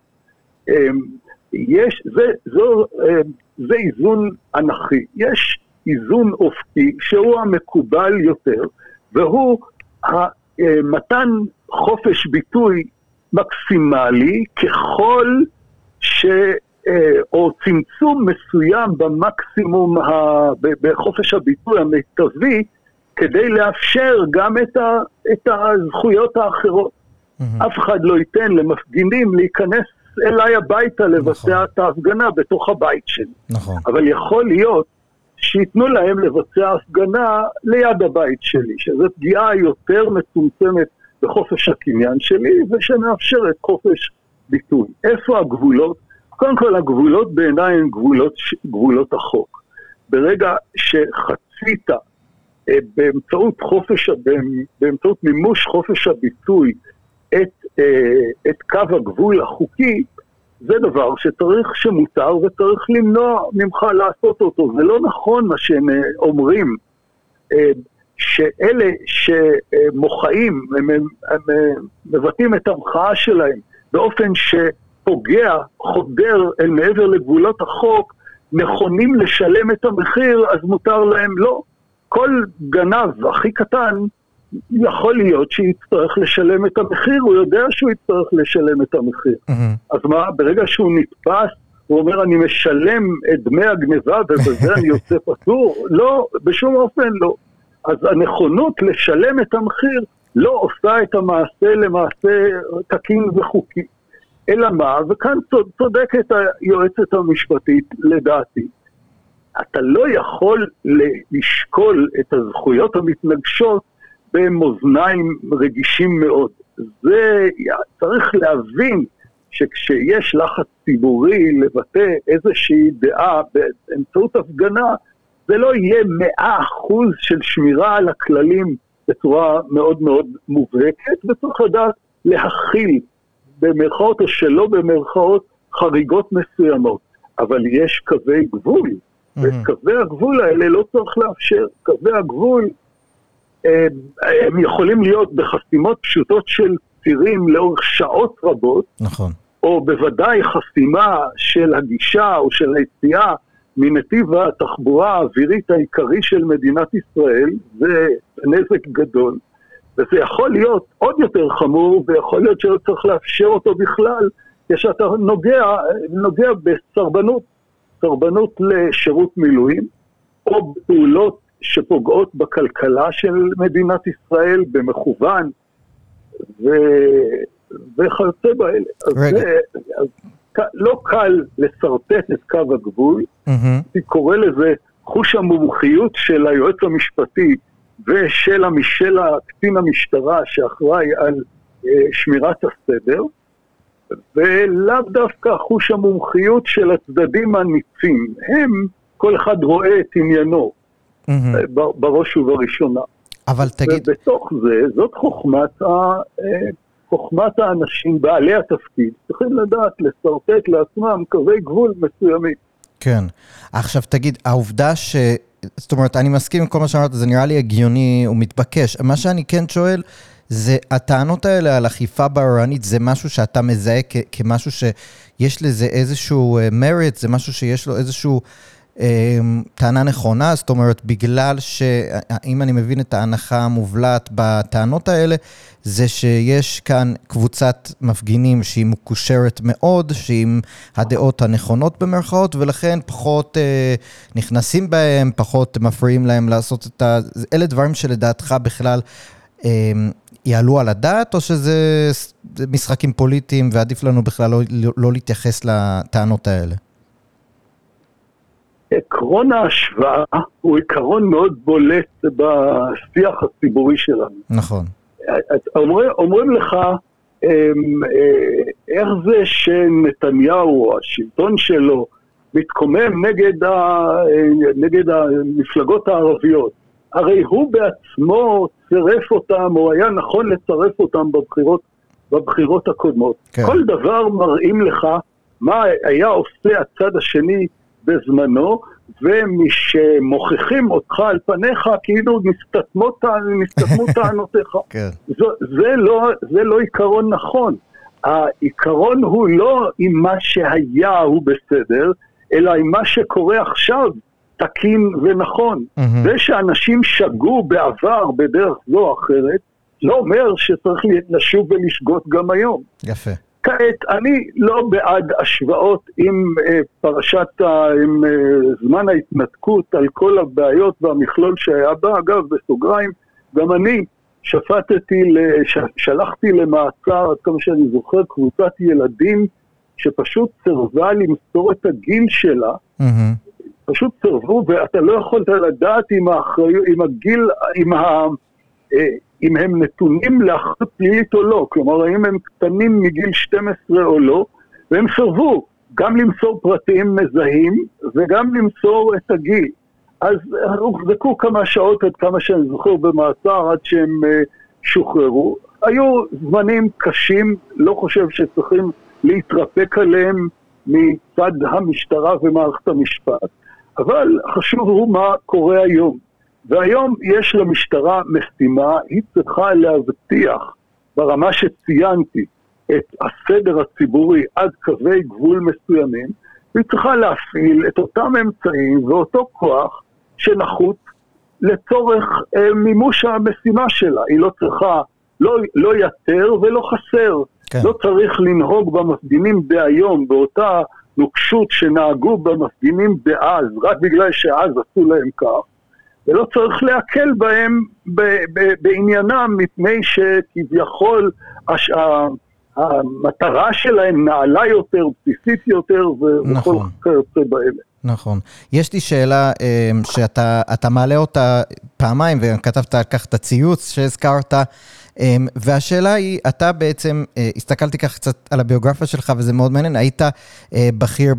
יש, זה, זו, זה איזון אנכי. יש איזון אופקי שהוא המקובל יותר, והוא מתן חופש ביטוי מקסימלי ככל ש... או צמצום מסוים במקסימום ה... בחופש הביטוי המיטבי, כדי לאפשר גם את, ה... את הזכויות האחרות. Mm-hmm. אף אחד לא ייתן למפגינים להיכנס אליי הביתה לבצע נכון. את ההפגנה בתוך הבית שלי. נכון. אבל יכול להיות שיתנו להם לבצע הפגנה ליד הבית שלי, שזו פגיעה יותר מצומצמת בחופש הקניין שלי, ושמאפשרת חופש ביטוי. איפה הגבולות? קודם כל, הגבולות בעיניי הן גבולות, גבולות החוק. ברגע שחצית אה, באמצעות חופש, באמצעות מימוש חופש הביטוי את, אה, את קו הגבול החוקי, זה דבר שצריך שמותר וצריך למנוע ממך לעשות אותו. זה לא נכון מה שהם אומרים, אה, שאלה שמוחאים, הם, הם, הם מבטאים את המחאה שלהם באופן שפוגע, חודר אל מעבר לגבולות החוק, נכונים לשלם את המחיר, אז מותר להם לא. כל גנב הכי קטן יכול להיות שיצטרך לשלם את המחיר, הוא יודע שהוא יצטרך לשלם את המחיר. Mm-hmm. אז מה, ברגע שהוא נתפס, הוא אומר, אני משלם את דמי הגניבה ובזה אני יוצא פטור? לא, בשום אופן לא. אז הנכונות לשלם את המחיר לא עושה את המעשה למעשה תקין וחוקי. אלא מה, וכאן צודקת היועצת המשפטית לדעתי, אתה לא יכול לשקול את הזכויות המתנגשות במאזניים רגישים מאוד. זה צריך להבין שכשיש לחץ ציבורי לבטא איזושהי דעה באמצעות הפגנה, זה לא יהיה מאה אחוז של שמירה על הכללים בצורה מאוד מאוד מובהקת, וצריך לדעת להכיל במרכאות או שלא במרכאות חריגות מסוימות. אבל יש קווי גבול, mm-hmm. וקווי הגבול האלה לא צריך לאפשר. קווי הגבול הם, הם יכולים להיות בחסימות פשוטות של צירים לאורך שעות רבות, נכון. או בוודאי חסימה של הגישה או של היציאה מנתיב התחבורה האווירית העיקרי של מדינת ישראל, זה נזק גדול. וזה יכול להיות עוד יותר חמור, ויכול להיות שלא צריך לאפשר אותו בכלל, כשאתה נוגע, נוגע בסרבנות, סרבנות לשירות מילואים, או פעולות שפוגעות בכלכלה של מדינת ישראל במכוון, ו... וכיוצא באלה. אז זה, אז לא קל לסרטט את קו הגבול, mm-hmm. אני קורא לזה חוש המומחיות של היועץ המשפטי, ושל המשל הקצין המשטרה שאחראי על אה, שמירת הסדר, ולאו דווקא חוש המומחיות של הצדדים הניצים. הם, כל אחד רואה את עניינו, mm-hmm. בראש ובראשונה. אבל תגיד... ובתוך זה, זאת חוכמת, ה, אה, חוכמת האנשים, בעלי התפקיד, צריכים לדעת לסרטט לעצמם קווי גבול מסוימים. כן. עכשיו תגיד, העובדה ש... זאת אומרת, אני מסכים עם כל מה שאמרת, זה נראה לי הגיוני ומתבקש. מה שאני כן שואל, זה הטענות האלה על אכיפה בררנית, זה משהו שאתה מזהה כ- כמשהו שיש לזה איזשהו merit, זה משהו שיש לו איזשהו אה, טענה נכונה, זאת אומרת, בגלל שאם אני מבין את ההנחה המובלעת בטענות האלה, זה שיש כאן קבוצת מפגינים שהיא מקושרת מאוד, שהיא עם הדעות הנכונות במרכאות, ולכן פחות אה, נכנסים בהם, פחות מפריעים להם לעשות את ה... אלה דברים שלדעתך בכלל אה, יעלו על הדעת, או שזה משחקים פוליטיים ועדיף לנו בכלל לא, לא להתייחס לטענות האלה? עקרון ההשוואה הוא עיקרון מאוד בולט בשיח הציבורי שלנו. נכון. אומר, אומרים לך, איך זה שנתניהו, השלטון שלו, מתקומם נגד, ה, נגד המפלגות הערביות. הרי הוא בעצמו צירף אותם, או היה נכון לצרף אותם בבחירות, בבחירות הקודמות. כן. כל דבר מראים לך מה היה עושה הצד השני בזמנו, ומשמוכיחים אותך על פניך, כאילו נסתתמות, נסתתמו טענותיך. כן. זה, זה, לא, זה לא עיקרון נכון. העיקרון הוא לא אם מה שהיה הוא בסדר, אלא אם מה שקורה עכשיו תקין ונכון. Mm-hmm. זה שאנשים שגו בעבר בדרך זו או אחרת, לא אומר שצריך לשוב ולשגות גם היום. יפה. כעת, אני לא בעד השוואות עם אה, פרשת, ה, עם אה, זמן ההתנתקות על כל הבעיות והמכלול שהיה בה. אגב, בסוגריים, גם אני שפטתי, לש, שלחתי למעצר, עד כמה שאני זוכר, קבוצת ילדים שפשוט צרבה למסור את הגיל שלה, mm-hmm. פשוט צרבו, ואתה לא יכולת לדעת עם, האחריות, עם הגיל, עם ה... אה, אם הם נתונים לאחריות פלילית או לא, כלומר, האם הם קטנים מגיל שתים עשרה או לא, והם סרבו גם למסור פרטים מזהים, וגם למסור את הגיל. אז הוחזקו כמה שעות, עד כמה שאני זוכר במעצר, עד שהם uh, שוחררו. היו זמנים קשים, לא חושב שצריכים להתרפק עליהם מצד המשטרה ומערכת המשפט, אבל חשוב הוא מה קורה היום. והיום יש למשטרה משימה, היא צריכה להבטיח ברמה שציינתי את הסדר הציבורי עד קווי גבול מסוימים, והיא צריכה להפעיל את אותם אמצעים ואותו כוח שנחוץ לצורך אה, מימוש המשימה שלה. היא לא צריכה, לא, לא יותר ולא חסר. כן. לא צריך לנהוג במפגינים בהיום באותה נוקשות שנהגו במפגינים באז, רק בגלל שאז עשו להם כך. ולא צריך להקל בהם ב- ב- בעניינם, מפני שכביכול הש- המטרה שלהם נעלה יותר, בסיסית יותר, וכל כיוצא באלה. נכון. יש לי שאלה שאתה אתה מעלה אותה פעמיים, וכתבת על כך את הציוץ שהזכרת, והשאלה היא, אתה בעצם, הסתכלתי כך קצת על הביוגרפיה שלך, וזה מאוד מעניין, היית בכיר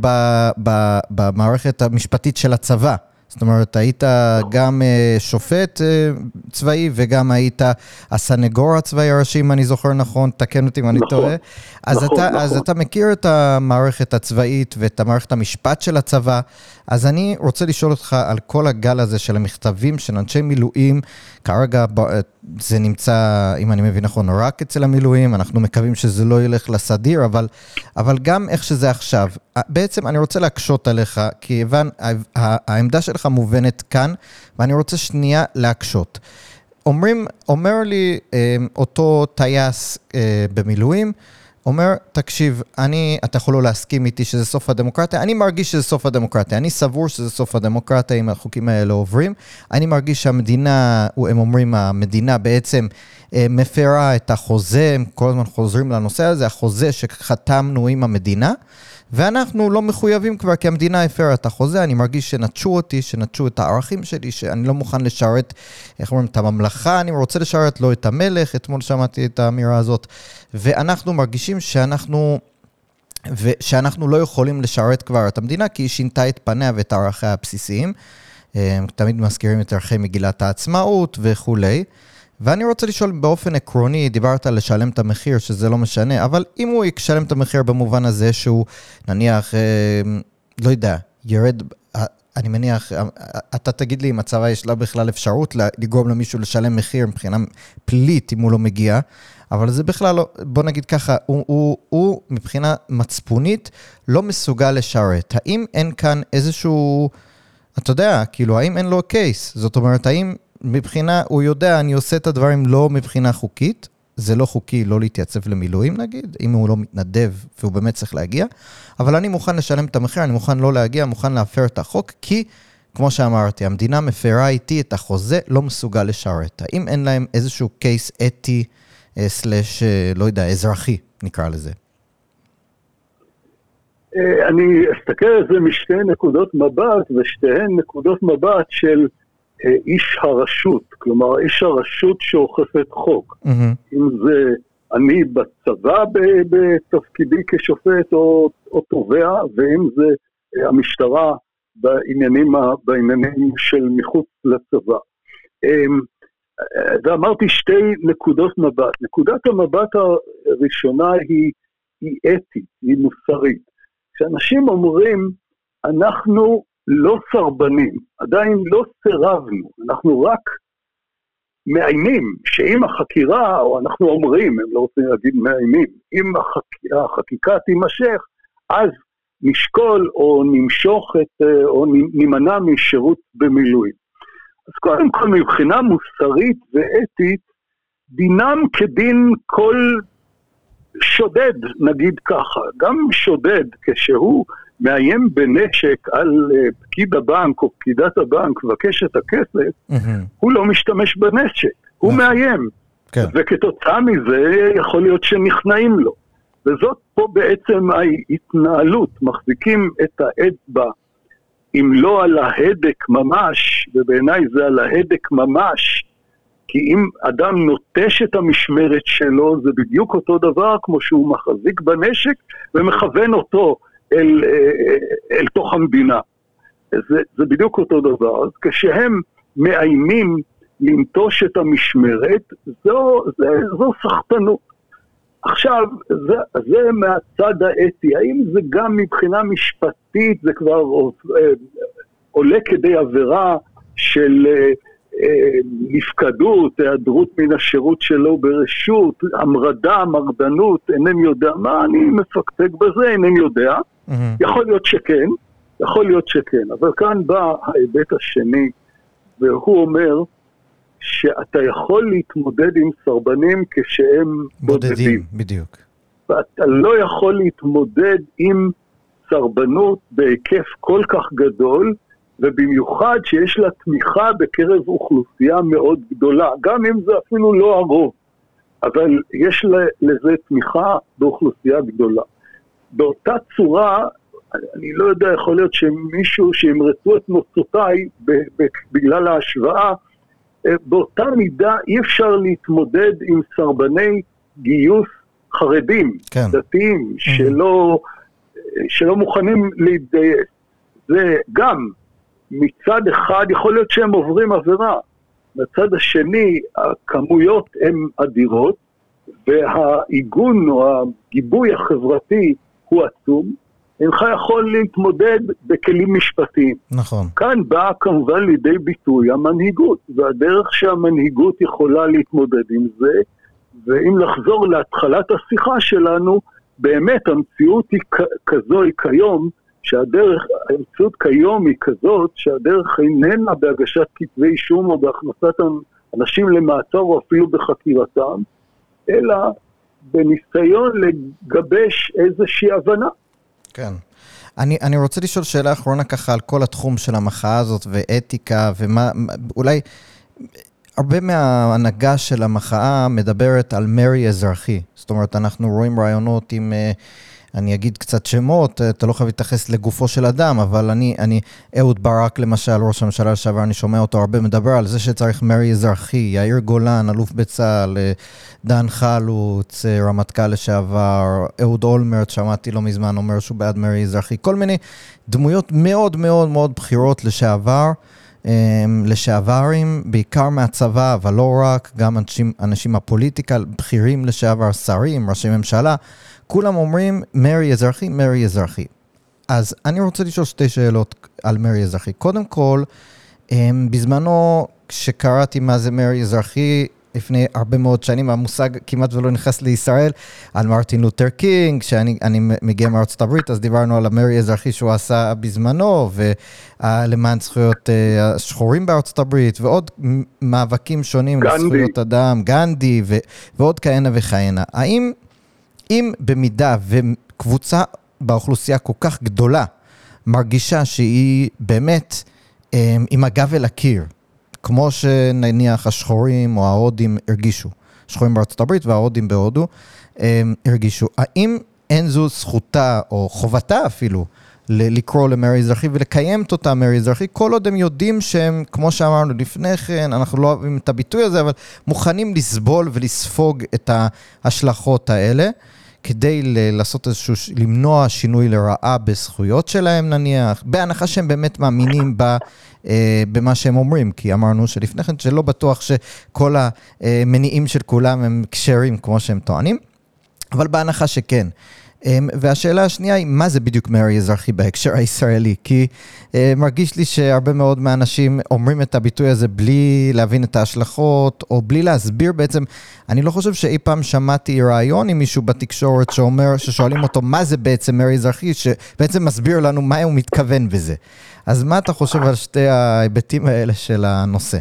במערכת המשפטית של הצבא. זאת אומרת, היית גם שופט צבאי, וגם היית הסנגור הצבאי הראשי, אם אני זוכר נכון, תקן אותי אם אני טועה. אז אז אתה מכיר את המערכת הצבאית ואת המערכת המשפט של הצבא, אז אני רוצה לשאול אותך על כל הגל הזה של המכתבים של אנשי מילואים, כרגע זה נמצא, אם אני מבין נכון, רק אצל המילואים, אנחנו מקווים שזה לא ילך לסדיר, אבל, אבל גם איך שזה עכשיו. בעצם אני רוצה להקשות עליך, כי הבן, העמדה שלך מובנת כאן, ואני רוצה שנייה להקשות. אומרים, אומר לי אותו טייס במילואים, אומר, תקשיב, אני, אתה יכול לא להסכים איתי שזה סוף הדמוקרטיה, אני מרגיש שזה סוף הדמוקרטיה, אני סבור שזה סוף הדמוקרטיה אם החוקים האלה עוברים, אני מרגיש שהמדינה, הם אומרים, המדינה בעצם מפרה את החוזה, הם כל הזמן חוזרים לנושא הזה, החוזה שחתמנו עם המדינה, ואנחנו לא מחויבים כבר, כי המדינה הפרה את החוזה, אני מרגיש שנטשו אותי, שנטשו את הערכים שלי, שאני לא מוכן לשרת, איך אומרים, את הממלכה, אני רוצה לשרת לא את המלך, אתמול שמעתי את האמירה הזאת, ואנחנו מרגישים שאנחנו, ושאנחנו לא יכולים לשרת כבר את המדינה, כי היא שינתה את פניה ואת הערכיה הבסיסיים, תמיד מזכירים את ערכי מגילת העצמאות וכולי, ואני רוצה לשאול באופן עקרוני, דיברת על לשלם את המחיר, שזה לא משנה, אבל אם הוא ישלם את המחיר במובן הזה שהוא, נניח, לא יודע, ירד, אני מניח, אתה תגיד לי אם הצבא יש לה בכלל אפשרות לגרום למישהו לשלם מחיר מבחינה פלילית אם הוא לא מגיע, אבל זה בכלל לא, בוא נגיד ככה, הוא, הוא, הוא מבחינה מצפונית לא מסוגל לשרת. האם אין כאן איזשהו, אתה יודע, כאילו, האם אין לו קייס? זאת אומרת, האם מבחינה, הוא יודע, אני עושה את הדברים לא מבחינה חוקית, זה לא חוקי לא להתייצב למילואים נגיד, אם הוא לא מתנדב והוא באמת צריך להגיע, אבל אני מוכן לשלם את המחיר, אני מוכן לא להגיע, מוכן להפר את החוק, כי, כמו שאמרתי, המדינה מפרה איתי את החוזה, לא מסוגל לשרת. האם אין להם איזשהו קייס אתי, סלש, לא יודע, אזרחי, נקרא לזה? אני אסתכל על זה משתי נקודות מבט, ושתיהן נקודות מבט של איש הרשות, כלומר איש הרשות שאוכפת חוק. Mm-hmm. אם זה אני בצבא בתפקידי כשופט או, או תובע, ואם זה המשטרה בעניינים, בעניינים של מחוץ לצבא. ואמרתי שתי נקודות מבט. נקודת המבט הראשונה היא, היא אתית, היא מוסרית. כשאנשים אומרים, אנחנו לא סרבנים, עדיין לא סירבנו, אנחנו רק מאיימים שאם החקירה, או אנחנו אומרים, הם לא רוצים להגיד מאיימים, אם החק... החקיקה תימשך, אז נשקול או נמשוך את, או נמנע משירות במילואים. אז קודם כל מבחינה מוסרית ואתית, דינם כדין כל שודד, נגיד ככה, גם שודד כשהוא מאיים בנשק על פקיד הבנק או פקידת הבנק ובקש את הכסף, mm-hmm. הוא לא משתמש בנשק, הוא מאיים. כן. וכתוצאה מזה יכול להיות שנכנעים לו. וזאת פה בעצם ההתנהלות, מחזיקים את האצבע, אם לא על ההדק ממש, ובעיניי זה על ההדק ממש, כי אם אדם נוטש את המשמרת שלו, זה בדיוק אותו דבר כמו שהוא מחזיק בנשק ומכוון אותו אל, אל תוך המדינה. זה, זה בדיוק אותו דבר. אז כשהם מאיימים לנטוש את המשמרת, זו, זה, זו סחטנות. עכשיו, זה, זה מהצד האתי. האם זה גם מבחינה משפטית, זה כבר עולה כדי עבירה של נפקדות, היעדרות מן השירות שלו ברשות, המרדה, מרדנות, אינני יודע מה, אני מפקפק בזה, אינני יודע. Mm-hmm. יכול להיות שכן, יכול להיות שכן, אבל כאן בא ההיבט השני, והוא אומר שאתה יכול להתמודד עם סרבנים כשהם בודדים. בודדים, בדיוק. ואתה לא יכול להתמודד עם סרבנות בהיקף כל כך גדול, ובמיוחד שיש לה תמיכה בקרב אוכלוסייה מאוד גדולה, גם אם זה אפילו לא הרוב. אבל יש לזה תמיכה באוכלוסייה גדולה. באותה צורה, אני לא יודע, יכול להיות שמישהו שימרצו את נוצותיי בגלל ההשוואה, באותה מידה אי אפשר להתמודד עם סרבני גיוס חרדים, כן. דתיים, שלא, שלא מוכנים להתגייס. זה גם מצד אחד יכול להיות שהם עוברים עבירה, מצד השני הכמויות הן אדירות, והעיגון או הגיבוי החברתי הוא עצום, אינך יכול להתמודד בכלים משפטיים. נכון. כאן באה כמובן לידי ביטוי המנהיגות, והדרך שהמנהיגות יכולה להתמודד עם זה, ואם לחזור להתחלת השיחה שלנו, באמת המציאות היא כזו היא כיום, שהדרך, המציאות כיום היא כזאת, שהדרך איננה בהגשת כתבי אישום או בהכנסת אנשים למעצר או אפילו בחקירתם, אלא בניסיון לגבש איזושהי הבנה. כן. אני, אני רוצה לשאול שאלה אחרונה ככה על כל התחום של המחאה הזאת ואתיקה ומה, אולי הרבה מההנהגה של המחאה מדברת על מרי אזרחי. זאת אומרת, אנחנו רואים רעיונות עם, אני אגיד קצת שמות, אתה לא חייב להתייחס לגופו של אדם, אבל אני, אני, אהוד ברק למשל, ראש הממשלה לשעבר, אני שומע אותו הרבה מדבר על זה שצריך מרי אזרחי, יאיר גולן, אלוף בצה"ל, דן חלוץ, רמטכ"ל לשעבר, אהוד אולמרט, שמעתי לא מזמן, אומר שהוא בעד מרי אזרחי, כל מיני דמויות מאוד מאוד מאוד בחירות לשעבר, לשעברים, בעיקר מהצבא, אבל לא רק, גם אנשים, אנשים הפוליטיקה, בכירים לשעבר, שרים, ראשי ממשלה, כולם אומרים מרי אזרחי, מרי אזרחי. אז אני רוצה לשאול שתי שאלות על מרי אזרחי. קודם כל, בזמנו כשקראתי מה זה מרי אזרחי, לפני הרבה מאוד שנים, המושג כמעט ולא נכנס לישראל, על מרטין לותר קינג, כשאני אני מגיע מארצות הברית, אז דיברנו על המרי אזרחי שהוא עשה בזמנו, ולמען זכויות השחורים בארצות הברית, ועוד מאבקים שונים גנדי. לזכויות אדם, גנדי, ו, ועוד כהנה וכהנה. האם, אם במידה וקבוצה באוכלוסייה כל כך גדולה, מרגישה שהיא באמת עם הגב אל הקיר, כמו שנניח השחורים או ההודים הרגישו, שחורים בארצות הברית וההודים בהודו הרגישו. האם אין זו זכותה או חובתה אפילו לקרוא למרי אזרחי ולקיים את אותה מרי אזרחי, כל עוד הם יודעים שהם, כמו שאמרנו לפני כן, אנחנו לא אוהבים את הביטוי הזה, אבל מוכנים לסבול ולספוג את ההשלכות האלה, כדי לעשות איזשהו, למנוע שינוי לרעה בזכויות שלהם נניח, בהנחה שהם באמת מאמינים ב, אה, במה שהם אומרים, כי אמרנו שלפני כן שלא בטוח שכל המניעים של כולם הם קשרים כמו שהם טוענים, אבל בהנחה שכן. והשאלה השנייה היא, מה זה בדיוק מרי אזרחי בהקשר הישראלי? כי אה, מרגיש לי שהרבה מאוד מהאנשים אומרים את הביטוי הזה בלי להבין את ההשלכות, או בלי להסביר בעצם. אני לא חושב שאי פעם שמעתי רעיון עם מישהו בתקשורת שאומר, ששואלים אותו מה זה בעצם מרי אזרחי, שבעצם מסביר לנו מה הוא מתכוון בזה. אז מה אתה חושב על שתי ההיבטים האלה של הנושא?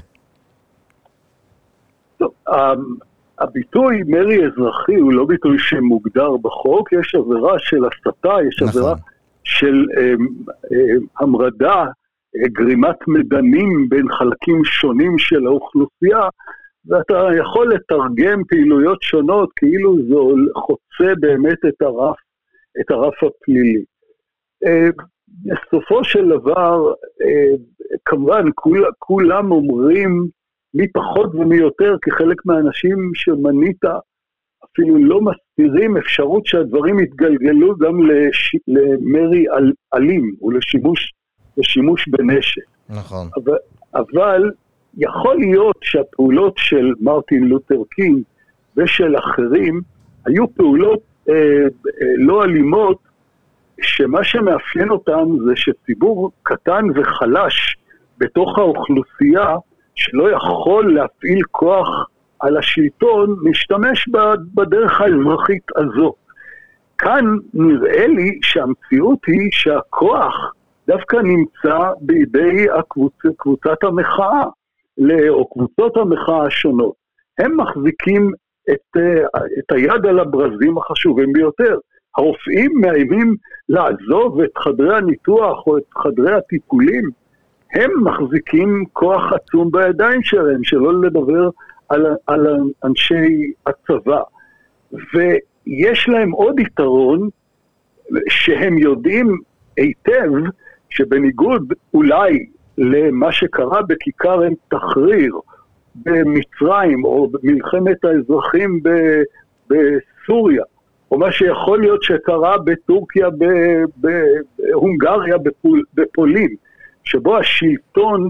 טוב, הביטוי מרי אזרחי הוא לא ביטוי שמוגדר בחוק, יש עבירה של הסתה, יש נכון. עבירה של אה, אה, המרדה, אה, גרימת מדנים בין חלקים שונים של האוכלוסייה, ואתה יכול לתרגם פעילויות שונות כאילו זו חוצה באמת את הרף, את הרף הפלילי. אה, בסופו של דבר, אה, כמובן כול, כולם אומרים, מי פחות ומי יותר, כי חלק מהאנשים שמנית אפילו לא מסתירים אפשרות שהדברים יתגלגלו גם לש... למרי אל... אלים, ולשימוש לשימוש בנשק. נכון. אבל, אבל יכול להיות שהפעולות של מרטין לותר קינג ושל אחרים, היו פעולות אה, אה, לא אלימות, שמה שמאפיין אותם זה שציבור קטן וחלש בתוך האוכלוסייה, שלא יכול להפעיל כוח על השלטון, משתמש בדרך האזרחית הזו. כאן נראה לי שהמציאות היא שהכוח דווקא נמצא בידי הקבוצ... קבוצת המחאה, או קבוצות המחאה השונות. הם מחזיקים את, את היד על הברזים החשובים ביותר. הרופאים מאיימים לעזוב את חדרי הניתוח או את חדרי הטיפולים, הם מחזיקים כוח עצום בידיים שלהם, שלא לדבר על, על אנשי הצבא. ויש להם עוד יתרון שהם יודעים היטב שבניגוד אולי למה שקרה בכיכר אל תחריר במצרים או במלחמת האזרחים בסוריה, או מה שיכול להיות שקרה בטורקיה, בהונגריה, בפול, בפולין, שבו השלטון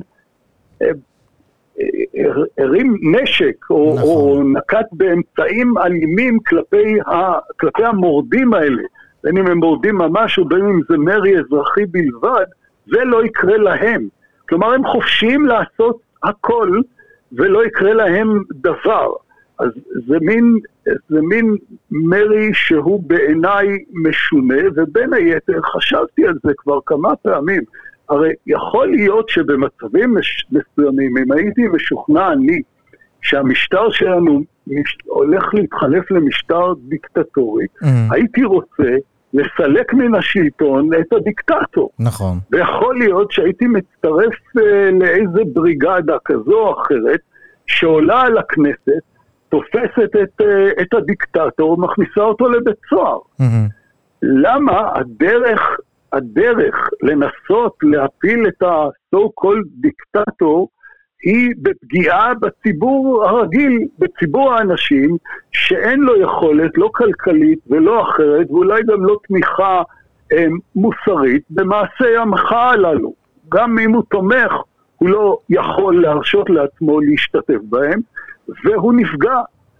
הרים נשק או, נכון. או נקט באמצעים אלימים כלפי, ה, כלפי המורדים האלה, בין אם הם מורדים ממש או בין אם זה מרי אזרחי בלבד, זה לא יקרה להם. כלומר, הם חופשיים לעשות הכל ולא יקרה להם דבר. אז זה מין, זה מין מרי שהוא בעיניי משונה, ובין היתר חשבתי על זה כבר כמה פעמים. הרי יכול להיות שבמצבים מסוימים, אם הייתי משוכנע אני, שהמשטר שלנו הולך להתחלף למשטר דיקטטורי, mm-hmm. הייתי רוצה לסלק מן השלטון את הדיקטטור. נכון. ויכול להיות שהייתי מצטרף לאיזה בריגדה כזו או אחרת, שעולה על הכנסת, תופסת את, את הדיקטטור, מכניסה אותו לבית סוהר. Mm-hmm. למה הדרך, הדרך לנסות להפיל את ה-so called דיקטטור, היא בפגיעה בציבור הרגיל, בציבור האנשים, שאין לו יכולת, לא כלכלית ולא אחרת, ואולי גם לא תמיכה אה, מוסרית, במעשי המחאה הללו. גם אם הוא תומך, הוא לא יכול להרשות לעצמו להשתתף בהם, והוא נפגע.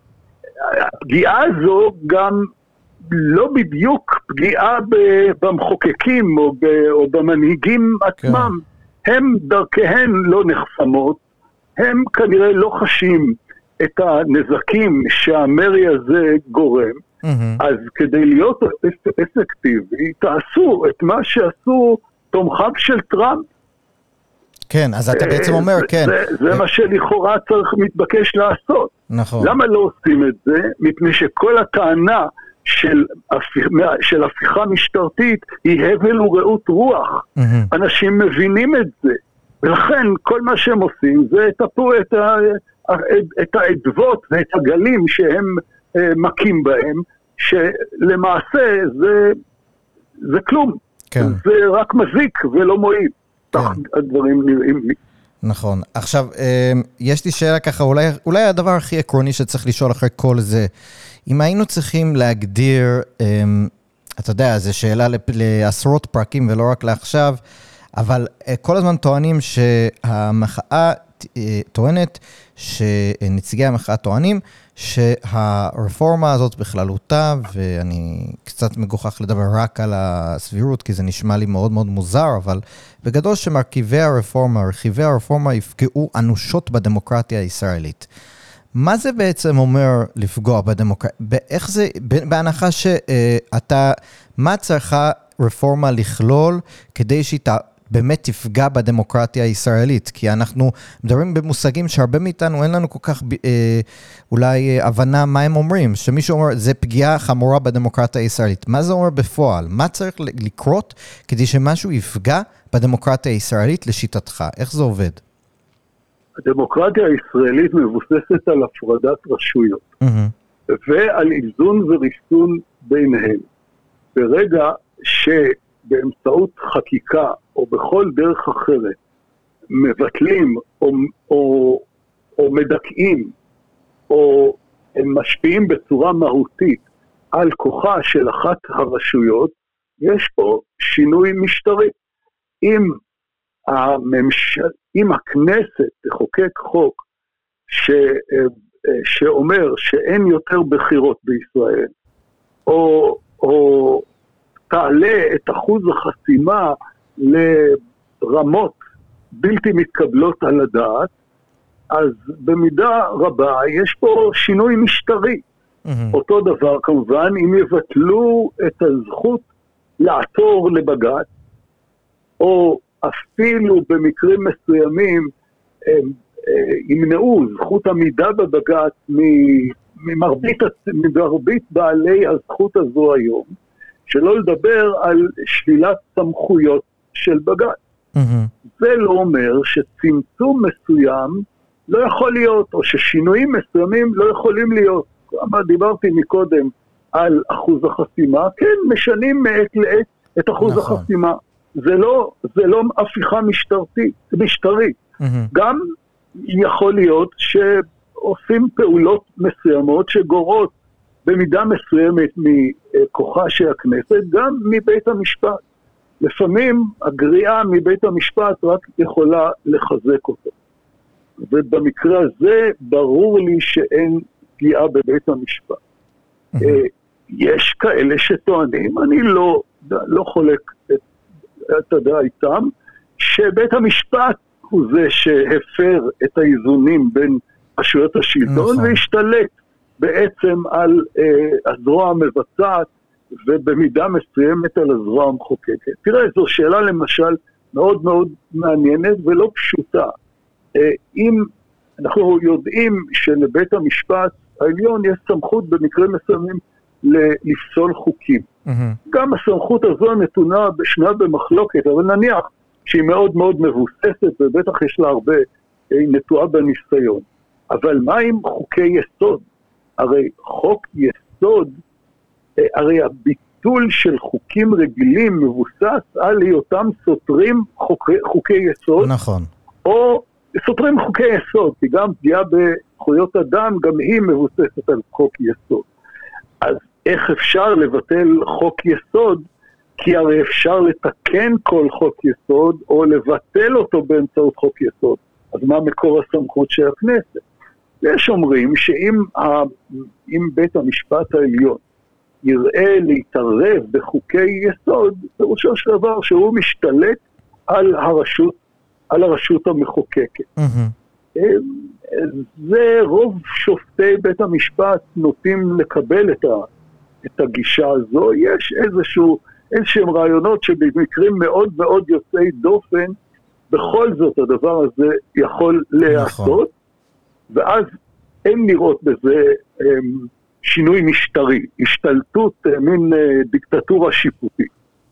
הפגיעה הזו גם לא בדיוק פגיעה במחוקקים או, או במנהיגים עצמם. כן. הם דרכיהן לא נחסמות, הם כנראה לא חשים את הנזקים שהמרי הזה גורם, mm-hmm. אז כדי להיות אפקטיבי, תעשו את מה שעשו תומכיו של טראמפ. כן, אז אתה בעצם אומר, זה, כן. זה, זה מה שלכאורה צריך מתבקש לעשות. נכון. למה לא עושים את זה? מפני שכל הטענה של, של הפיכה משטרתית היא הבל ורעות רוח. Mm-hmm. אנשים מבינים את זה. ולכן כל מה שהם עושים זה יטפו את, ה, את העדבות ואת הגלים שהם מכים בהם, שלמעשה זה, זה כלום. כן. זה רק מזיק ולא מועיל. כן. הדברים נראים לי. נכון. עכשיו, יש לי שאלה ככה, אולי, אולי הדבר הכי עקרוני שצריך לשאול אחרי כל זה, אם היינו צריכים להגדיר, אתה יודע, זו שאלה לעשרות פרקים ולא רק לעכשיו, אבל כל הזמן טוענים שהמחאה טוענת, שנציגי המחאה טוענים, שהרפורמה הזאת בכללותה, ואני קצת מגוחך לדבר רק על הסבירות, כי זה נשמע לי מאוד מאוד מוזר, אבל בגדול שמרכיבי הרפורמה, רכיבי הרפורמה יפגעו אנושות בדמוקרטיה הישראלית. מה זה בעצם אומר לפגוע בדמוקרטיה? באיך זה, בהנחה שאתה, מה צריכה רפורמה לכלול כדי שהיא באמת תפגע בדמוקרטיה הישראלית? כי אנחנו מדברים במושגים שהרבה מאיתנו אין לנו כל כך אה, אולי הבנה מה הם אומרים. שמישהו אומר, זה פגיעה חמורה בדמוקרטיה הישראלית. מה זה אומר בפועל? מה צריך לקרות כדי שמשהו יפגע בדמוקרטיה הישראלית לשיטתך? איך זה עובד? הדמוקרטיה הישראלית מבוססת על הפרדת רשויות, mm-hmm. ועל איזון וריסון ביניהם. ברגע שבאמצעות חקיקה או בכל דרך אחרת מבטלים או, או, או מדכאים או הם משפיעים בצורה מהותית על כוחה של אחת הרשויות, יש פה שינוי משטרי. אם הממשל, אם הכנסת תחוקק חוק ש, שאומר שאין יותר בחירות בישראל, או, או תעלה את אחוז החסימה לרמות בלתי מתקבלות על הדעת, אז במידה רבה יש פה שינוי משטרי. Mm-hmm. אותו דבר כמובן, אם יבטלו את הזכות לעתור לבג"ץ, או אפילו במקרים מסוימים הם, ימנעו זכות עמידה בבג"ץ ממרבית, ממרבית בעלי הזכות הזו היום, שלא לדבר על שלילת סמכויות של בג"ץ. Mm-hmm. זה לא אומר שצמצום מסוים לא יכול להיות, או ששינויים מסוימים לא יכולים להיות. כמה דיברתי מקודם על אחוז החסימה, כן, משנים מעת לעת את אחוז נכון. החסימה. זה לא, זה לא הפיכה משטרתית, משטרית. Mm-hmm. גם יכול להיות שעושים פעולות מסוימות שגורות במידה מסוימת מכוחה של הכנסת, גם מבית המשפט. לפעמים הגריעה מבית המשפט רק יכולה לחזק אותו. ובמקרה הזה ברור לי שאין פגיעה בבית המשפט. Mm-hmm. יש כאלה שטוענים, אני לא, לא חולק את, את הדעה איתם, שבית המשפט הוא זה שהפר את האיזונים בין רשויות השלטון, נכון. והשתלט בעצם על אה, הזרוע המבצעת, ובמידה מסוימת על הזרוע המחוקקת. תראה, זו שאלה למשל מאוד מאוד מעניינת ולא פשוטה. אה, אם אנחנו יודעים שלבית המשפט העליון יש סמכות במקרה מסוימים לפסול חוקים. Mm-hmm. גם הסמכות הזו נתונה בשנה במחלוקת, אבל נניח שהיא מאוד מאוד מבוססת, ובטח יש לה הרבה נטועה בניסיון. אבל מה עם חוקי יסוד? הרי חוק יסוד, הרי הביטול של חוקים רגילים מבוסס על היותם סותרים חוקי, חוקי יסוד. נכון. או סותרים חוקי יסוד, כי גם פגיעה בזכויות אדם, גם היא מבוססת על חוק יסוד. אז איך אפשר לבטל חוק יסוד? כי הרי אפשר לתקן כל חוק יסוד, או לבטל אותו באמצעות חוק יסוד. אז מה מקור הסמכות של הכנסת? יש אומרים שאם ה... אם בית המשפט העליון יראה להתערב בחוקי יסוד, פירושו של דבר שהוא משתלט על הרשות, על הרשות המחוקקת. Mm-hmm. זה רוב שופטי בית המשפט נוטים לקבל את, ה... את הגישה הזו. יש איזשהו, איזשהם רעיונות שבמקרים מאוד מאוד יוצאי דופן, בכל זאת הדבר הזה יכול להיעשות. נכון. ואז אין לראות בזה שינוי משטרי, השתלטות, מין דיקטטורה שיפוטית.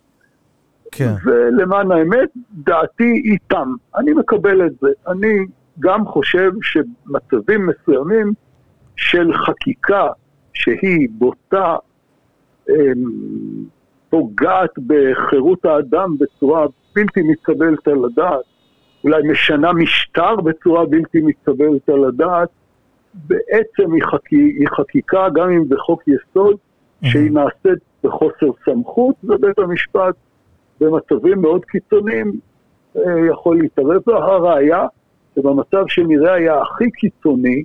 כן. ולמען האמת, דעתי איתם. אני מקבל את זה. אני גם חושב שמצבים מסוימים של חקיקה שהיא בוטה, פוגעת בחירות האדם בצורה בלתי מתקבלת על הדעת, אולי משנה משטר בצורה בלתי מתקבלת על הדעת, בעצם היא, חק... היא חקיקה, גם אם בחוק יסוד, שהיא נעשית בחוסר סמכות, ובית המשפט במצבים מאוד קיצוניים יכול להתערב. הראיה, שבמצב שנראה היה הכי קיצוני,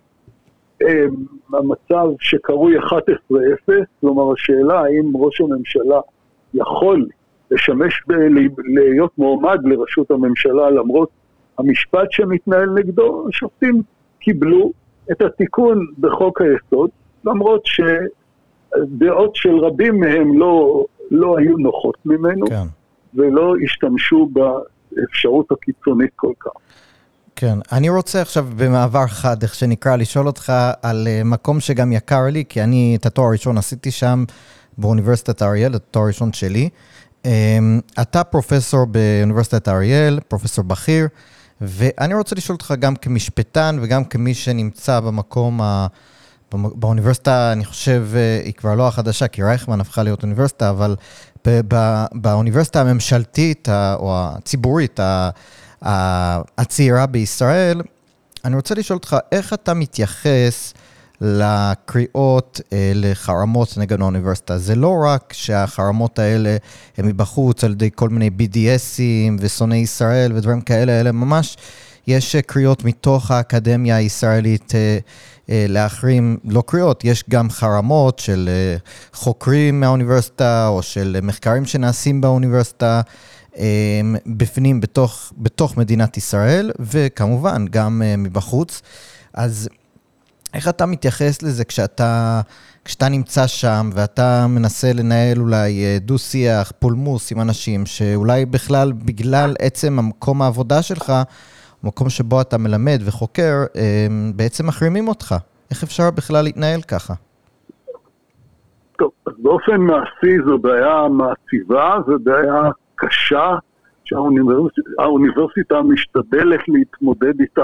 המצב שקרוי אחת עשרה אפס, כלומר השאלה האם ראש הממשלה יכול לשמש ב... להיות מועמד לראשות הממשלה למרות המשפט שמתנהל נגדו, השופטים קיבלו את התיקון בחוק היסוד, למרות שדעות של רבים מהם לא, לא היו נוחות ממנו, כן. ולא השתמשו באפשרות הקיצונית כל כך. כן, אני רוצה עכשיו במעבר חד, איך שנקרא, לשאול אותך על מקום שגם יקר לי, כי אני את התואר הראשון עשיתי שם באוניברסיטת אריאל, את התואר הראשון שלי. אתה פרופסור באוניברסיטת אריאל, פרופסור בכיר, ואני רוצה לשאול אותך גם כמשפטן וגם כמי שנמצא במקום, ה... באוניברסיטה, אני חושב, היא כבר לא החדשה, כי רייכמן הפכה להיות אוניברסיטה, אבל באוניברסיטה הממשלתית או הציבורית, הצעירה בישראל, אני רוצה לשאול אותך, איך אתה מתייחס לקריאות לחרמות נגד האוניברסיטה? זה לא רק שהחרמות האלה הם מבחוץ על ידי כל מיני בי די אסים ושונאי ישראל ודברים כאלה, אלא ממש יש קריאות מתוך האקדמיה הישראלית להחרים, לא קריאות, יש גם חרמות של חוקרים מהאוניברסיטה או של מחקרים שנעשים באוניברסיטה, בפנים, בתוך, בתוך מדינת ישראל, וכמובן גם מבחוץ. אז איך אתה מתייחס לזה כשאתה, כשאתה נמצא שם, ואתה מנסה לנהל אולי דו-שיח, פולמוס עם אנשים, שאולי בכלל בגלל עצם המקום העבודה שלך, מקום שבו אתה מלמד וחוקר, בעצם מחרימים אותך. איך אפשר בכלל להתנהל ככה? טוב, אז באופן מעשי זו בעיה מעציבה, זו בעיה קשה, שהאוניברסיטה משתדלת להתמודד איתה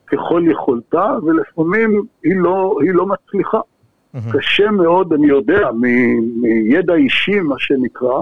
ככל יכולתה, ולפעמים היא לא, היא לא מצליחה. קשה מאוד, אני יודע, מ- מידע אישי, מה שנקרא,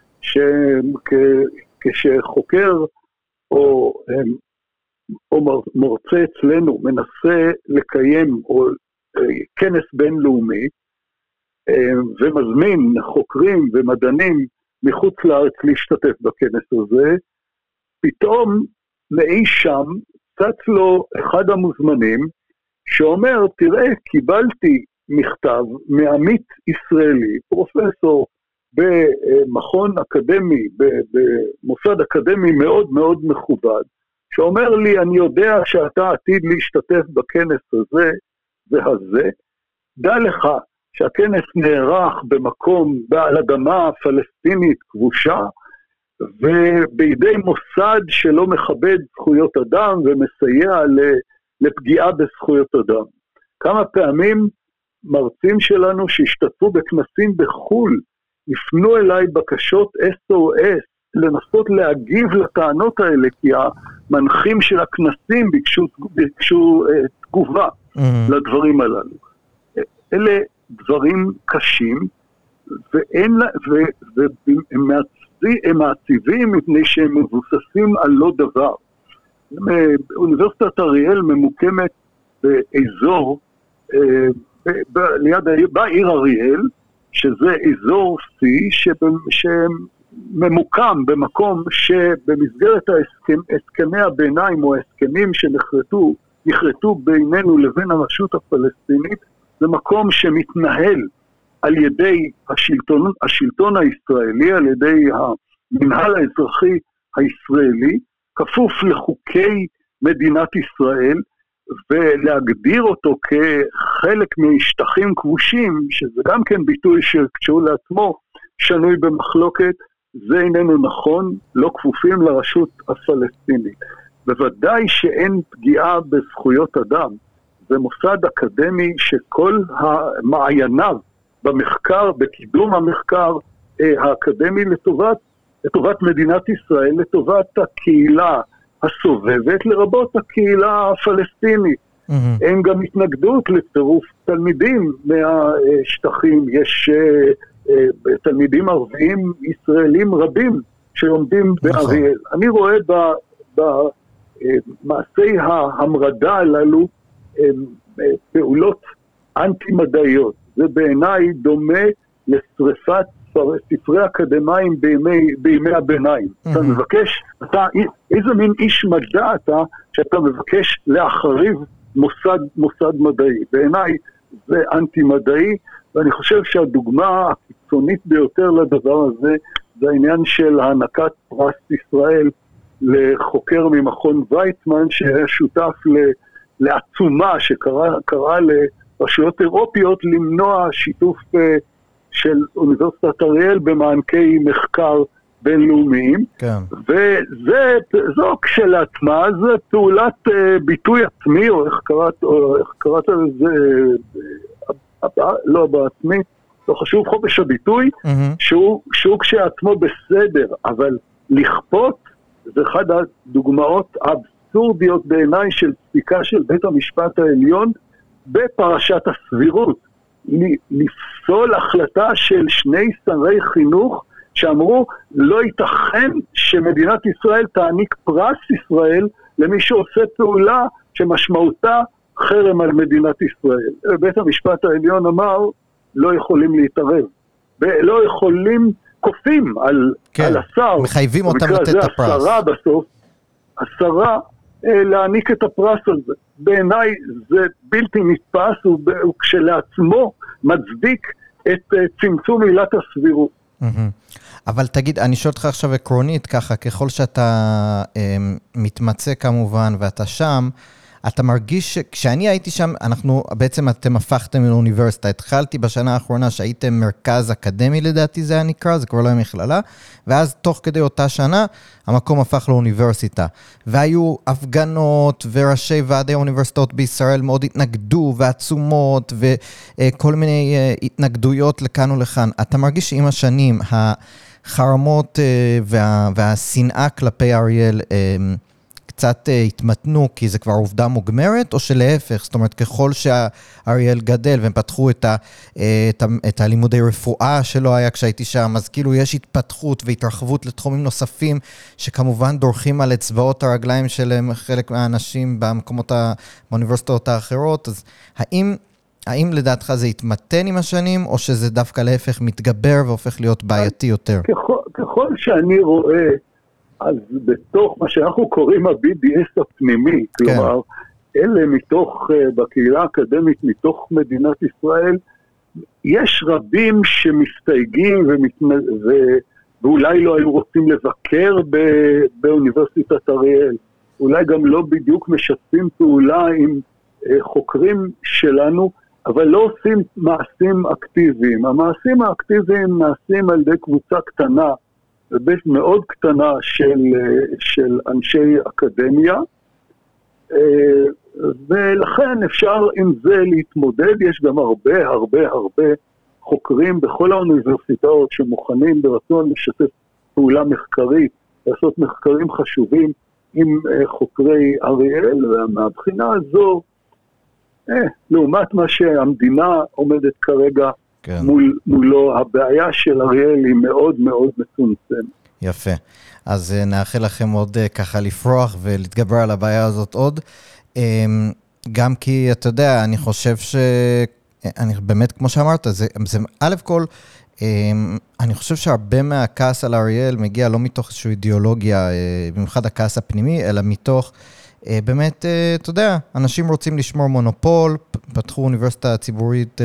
שכשחוקר או, או מורצה אצלנו מנסה לקיים או כנס בינלאומי, ומזמין חוקרים ומדענים מחוץ לארץ להשתתף בכנס הזה, פתאום מאי שם צץ לו אחד המוזמנים שאומר, תראה, קיבלתי מכתב מעמית ישראלי, פרופסור במכון אקדמי, במוסד אקדמי מאוד מאוד מכובד, שאומר לי, אני יודע שאתה עתיד להשתתף בכנס הזה והזה, דע לך שהכנס נערך במקום, על אדמה פלסטינית כבושה, ובידי מוסד שלא מכבד זכויות אדם ומסייע לפגיעה בזכויות אדם. כמה פעמים מרצים שלנו שהשתתפו בכנסים בחול, יפנו אליי בקשות אס או אס, לנסות להגיב לטענות האלה, כי המנחים של הכנסים ביקשו, ביקשו uh, תגובה mm-hmm. לדברים הללו. אלה דברים קשים, ואין, ו, והם הם מעציבים מפני שהם מבוססים על לא דבר. אוניברסיטת אריאל ממוקמת באזור, uh, ב, ב, ליד העיר, בעיר אריאל, שזה אזור C, שממוקם במקום שבמסגרת ההסכם, הסכמי הביניים או ההסכמים שנחרטו, נחרטו בינינו לבין הרשות הפלסטינית, זה מקום שמתנהל על ידי השלטון, השלטון הישראלי, על ידי המנהל האזרחי הישראלי, כפוף לחוקי מדינת ישראל, ולהגדיר אותו כחלק משטחים כבושים, שזה גם כן ביטוי שקשור לעצמו, שנוי במחלוקת, זה איננו נכון, לא כפופים לרשות הפלסטינית. בוודאי שאין פגיעה בזכויות אדם, זה מוסד אקדמי שכל המעייניו במחקר, בקידום המחקר האקדמי לטובת, לטובת מדינת ישראל, לטובת הקהילה הסובבת, לרבות הקהילה הפלסטינית. Mm-hmm. אין גם התנגדות לצירוף תלמידים מהשטחים, יש uh, uh, תלמידים ערביים ישראלים רבים שלומדים נכון. באריאל. אני רואה במעשי ההמרדה הללו uh, uh, פעולות אנטי-מדעיות. זה בעיניי דומה לשריפת ספרי אקדמיים בימי, בימי הביניים. Mm-hmm. אתה מבקש, אתה, איזה מין איש מדע אתה, שאתה מבקש להחריב מוסד, מוסד מדעי. בעיניי זה אנטי-מדעי, ואני חושב שהדוגמה הקיצונית ביותר לדבר הזה, זה העניין של הענקת פרס ישראל לחוקר ממכון ויצמן, שהיה שותף לעצומה שקרא לרשויות אירופיות למנוע שיתוף של אוניברסיטת אריאל במענקי מחקר בינלאומיים, כן. וזו כשלעצמה, זה פעולת uh, ביטוי עצמי, או איך קראת, או איך קראת לזה, uh, לא בעצמי, לא חשוב, חופש הביטוי, mm-hmm. שהוא, שהוא כשלעצמו בסדר, אבל לכפות, זה אחד הדוגמאות האבסורדיות בעיניי של פסיקה של בית המשפט העליון, בפרשת הסבירות, לפסול החלטה של שני שרי חינוך, שאמרו, לא ייתכן שמדינת ישראל תעניק פרס ישראל למי שעושה פעולה שמשמעותה חרם על מדינת ישראל. בית המשפט העליון אמר, לא יכולים להתערב. לא יכולים, כופים על, כן, על השר. מחייבים אותם לתת את הפרס. השרה בסוף, השרה להעניק את הפרס הזה. בעיניי זה בלתי נתפס, וכשלעצמו מצדיק את צמצום עילת הסבירות. אבל תגיד, אני שואל אותך עכשיו עקרונית ככה, ככל שאתה מתמצא כמובן ואתה שם, אתה מרגיש שכשאני הייתי שם, אנחנו, בעצם אתם הפכתם לאוניברסיטה, התחלתי בשנה האחרונה שהייתם מרכז אקדמי לדעתי זה היה נקרא, זה כבר לא היה מכללה, ואז תוך כדי אותה שנה, המקום הפך לאוניברסיטה, והיו הפגנות וראשי ועדי האוניברסיטאות בישראל מאוד התנגדו, ועצומות, וכל מיני התנגדויות לכאן ולכאן. אתה מרגיש שעם השנים, החרמות וה, והשנאה כלפי אריאל, קצת התמתנו כי זה כבר עובדה מוגמרת, או שלהפך, זאת אומרת, ככל שהאריאל גדל והם פתחו את, ה, את, ה, את הלימודי רפואה שלא היה כשהייתי שם, אז כאילו יש התפתחות והתרחבות לתחומים נוספים, שכמובן דורכים על אצבעות הרגליים של חלק מהאנשים במקומות, באוניברסיטאות האחרות, אז האם... האם לדעתך זה יתמתן עם השנים, או שזה דווקא להפך מתגבר והופך להיות בעייתי יותר? ככל, ככל שאני רואה, אז בתוך מה שאנחנו קוראים ה-בי די אס הפנימי, כלומר, אלה מתוך, בקהילה האקדמית, מתוך מדינת ישראל, יש רבים שמסתייגים ומתנ... ו... ואולי לא היו רוצים לבקר ב... באוניברסיטת אריאל, אולי גם לא בדיוק משתפים פעולה עם חוקרים שלנו, אבל לא עושים מעשים אקטיביים. המעשים האקטיביים נעשים על ידי קבוצה קטנה, מאוד קטנה של, של אנשי אקדמיה, ולכן אפשר עם זה להתמודד. יש גם הרבה הרבה הרבה חוקרים בכל האוניברסיטאות שמוכנים ברצון לשתף פעולה מחקרית, לעשות מחקרים חשובים עם חוקרי אריאל, ומהבחינה הזו, אה, לעומת מה שהמדינה עומדת כרגע כן. מול, מולו, הבעיה של אריאל היא מאוד מאוד מצומצמת. יפה. אז נאחל לכם עוד ככה לפרוח ולהתגבר על הבעיה הזאת עוד. גם כי, אתה יודע, אני חושב ש... אני באמת, כמו שאמרת, זה, זה א' כל, אני חושב שהרבה מהכעס על אריאל מגיע לא מתוך איזושהי אידיאולוגיה, במיוחד הכעס הפנימי, אלא מתוך, באמת, אתה יודע, אנשים רוצים לשמור מונופול, פתחו אוניברסיטה ציבורית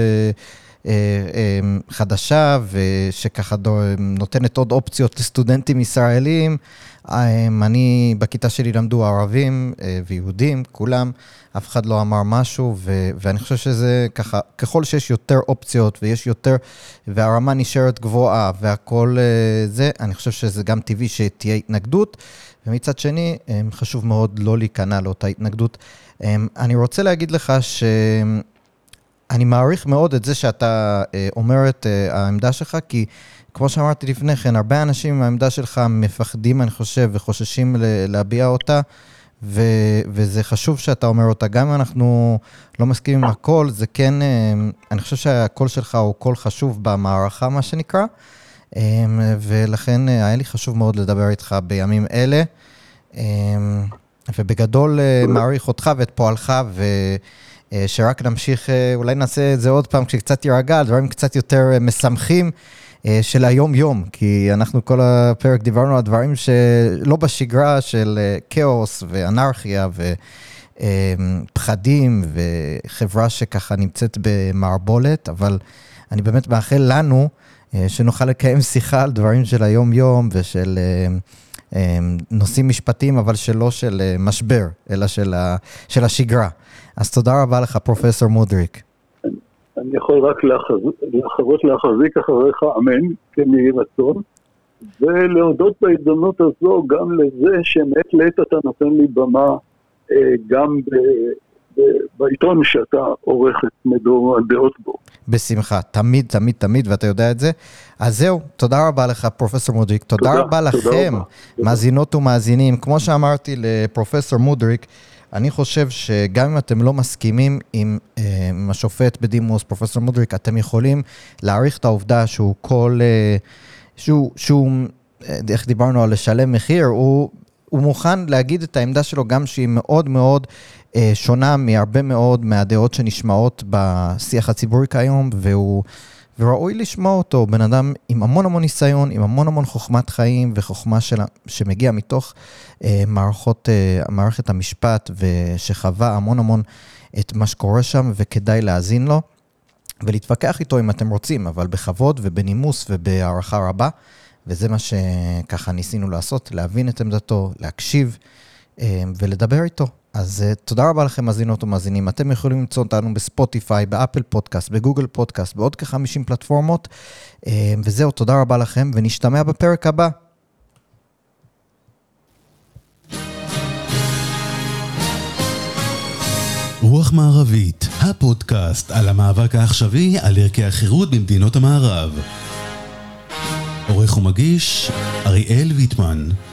חדשה, ושככה נותנת עוד אופציות לסטודנטים ישראלים. אני, בכיתה שלי למדו ערבים ויהודים, כולם, אף אחד לא אמר משהו, ו- ואני חושב שזה ככה, ככל שיש יותר אופציות ויש יותר, והרמה נשארת גבוהה והכל זה, אני חושב שזה גם טבעי שתהיה התנגדות, ומצד שני, חשוב מאוד לא להיכנע לאותה התנגדות. אני רוצה להגיד לך שאני מעריך מאוד את זה שאתה אומר את העמדה שלך, כי כמו שאמרתי לפני כן, הרבה אנשים עם העמדה שלך מפחדים, אני חושב, וחוששים להביע אותה, ו- וזה חשוב שאתה אומר אותה, גם אם אנחנו לא מסכימים עם הכל, זה כן, אני חושב שהקול שלך הוא קול חשוב במערכה, מה שנקרא, ולכן היה לי חשוב מאוד לדבר איתך בימים אלה, ובגדול מעריך אותך ואת פועלך, ושרק נמשיך, אולי נעשה את זה עוד פעם, כשקצת ירגע, דברים קצת יותר משמחים, של היום יום, כי אנחנו כל הפרק דיברנו על דברים שלא בשגרה של כאוס ואנרכיה ופחדים וחברה שככה נמצאת במערבולת, אבל אני באמת מאחל לנו שנוכל לקיים שיחה על דברים של היום יום ושל נושאים משפטיים, אבל שלא של משבר, אלא של, של השגרה. אז תודה רבה לך, פרופסור מודריק. אני יכול רק לחרות להחזיק אחריך, אמן, כן יהי רצון, ולהודות בהזדמנות הזו גם לזה שמעת לעת אתה נותן לי במה גם ב, ב, בעיתון שאתה עורך את מדור הדעות בו. בשמחה, תמיד, תמיד, תמיד, ואתה יודע את זה. אז זהו, תודה רבה לך, פרופסור מודריק, תודה, תודה רבה לכם, תודה מאזינות ומאזינים. כמו שאמרתי לפרופסור מודריק, אני חושב שגם אם אתם לא מסכימים עם, עם השופט בדימוס, פרופסור מודריק, אתם יכולים להעריך את העובדה שהוא כל, שהוא, שהוא, איך דיברנו על לשלם מחיר, הוא, הוא מוכן להגיד את העמדה שלו גם שהיא מאוד מאוד שונה מהרבה מאוד מהדעות שנשמעות בשיח הציבורי כיום, והוא, וראוי לשמוע אותו, בן אדם עם המון המון ניסיון, עם המון המון חוכמת חיים וחוכמה שלה, שמגיע מתוך אה, מערכות, אה, מערכת המשפט, ושחווה המון המון את מה שקורה שם, וכדאי להאזין לו, ולהתווכח איתו אם אתם רוצים, אבל בכבוד ובנימוס ובהערכה רבה, וזה מה שככה ניסינו לעשות, להבין את עמדתו, להקשיב אה, ולדבר איתו. אז uh, תודה רבה לכם מאזינות ומאזינים, אתם יכולים למצוא אותנו בספוטיפיי, באפל פודקאסט, בגוגל פודקאסט, בעוד כ-חמישים פלטפורמות, uh, וזהו, תודה רבה לכם, ונשתמע בפרק הבא. רוח מערבית, הפודקאסט על המאבק העכשווי על ערכי החירות במדינות המערב. עורך ומגיש, אריאל ויטמן.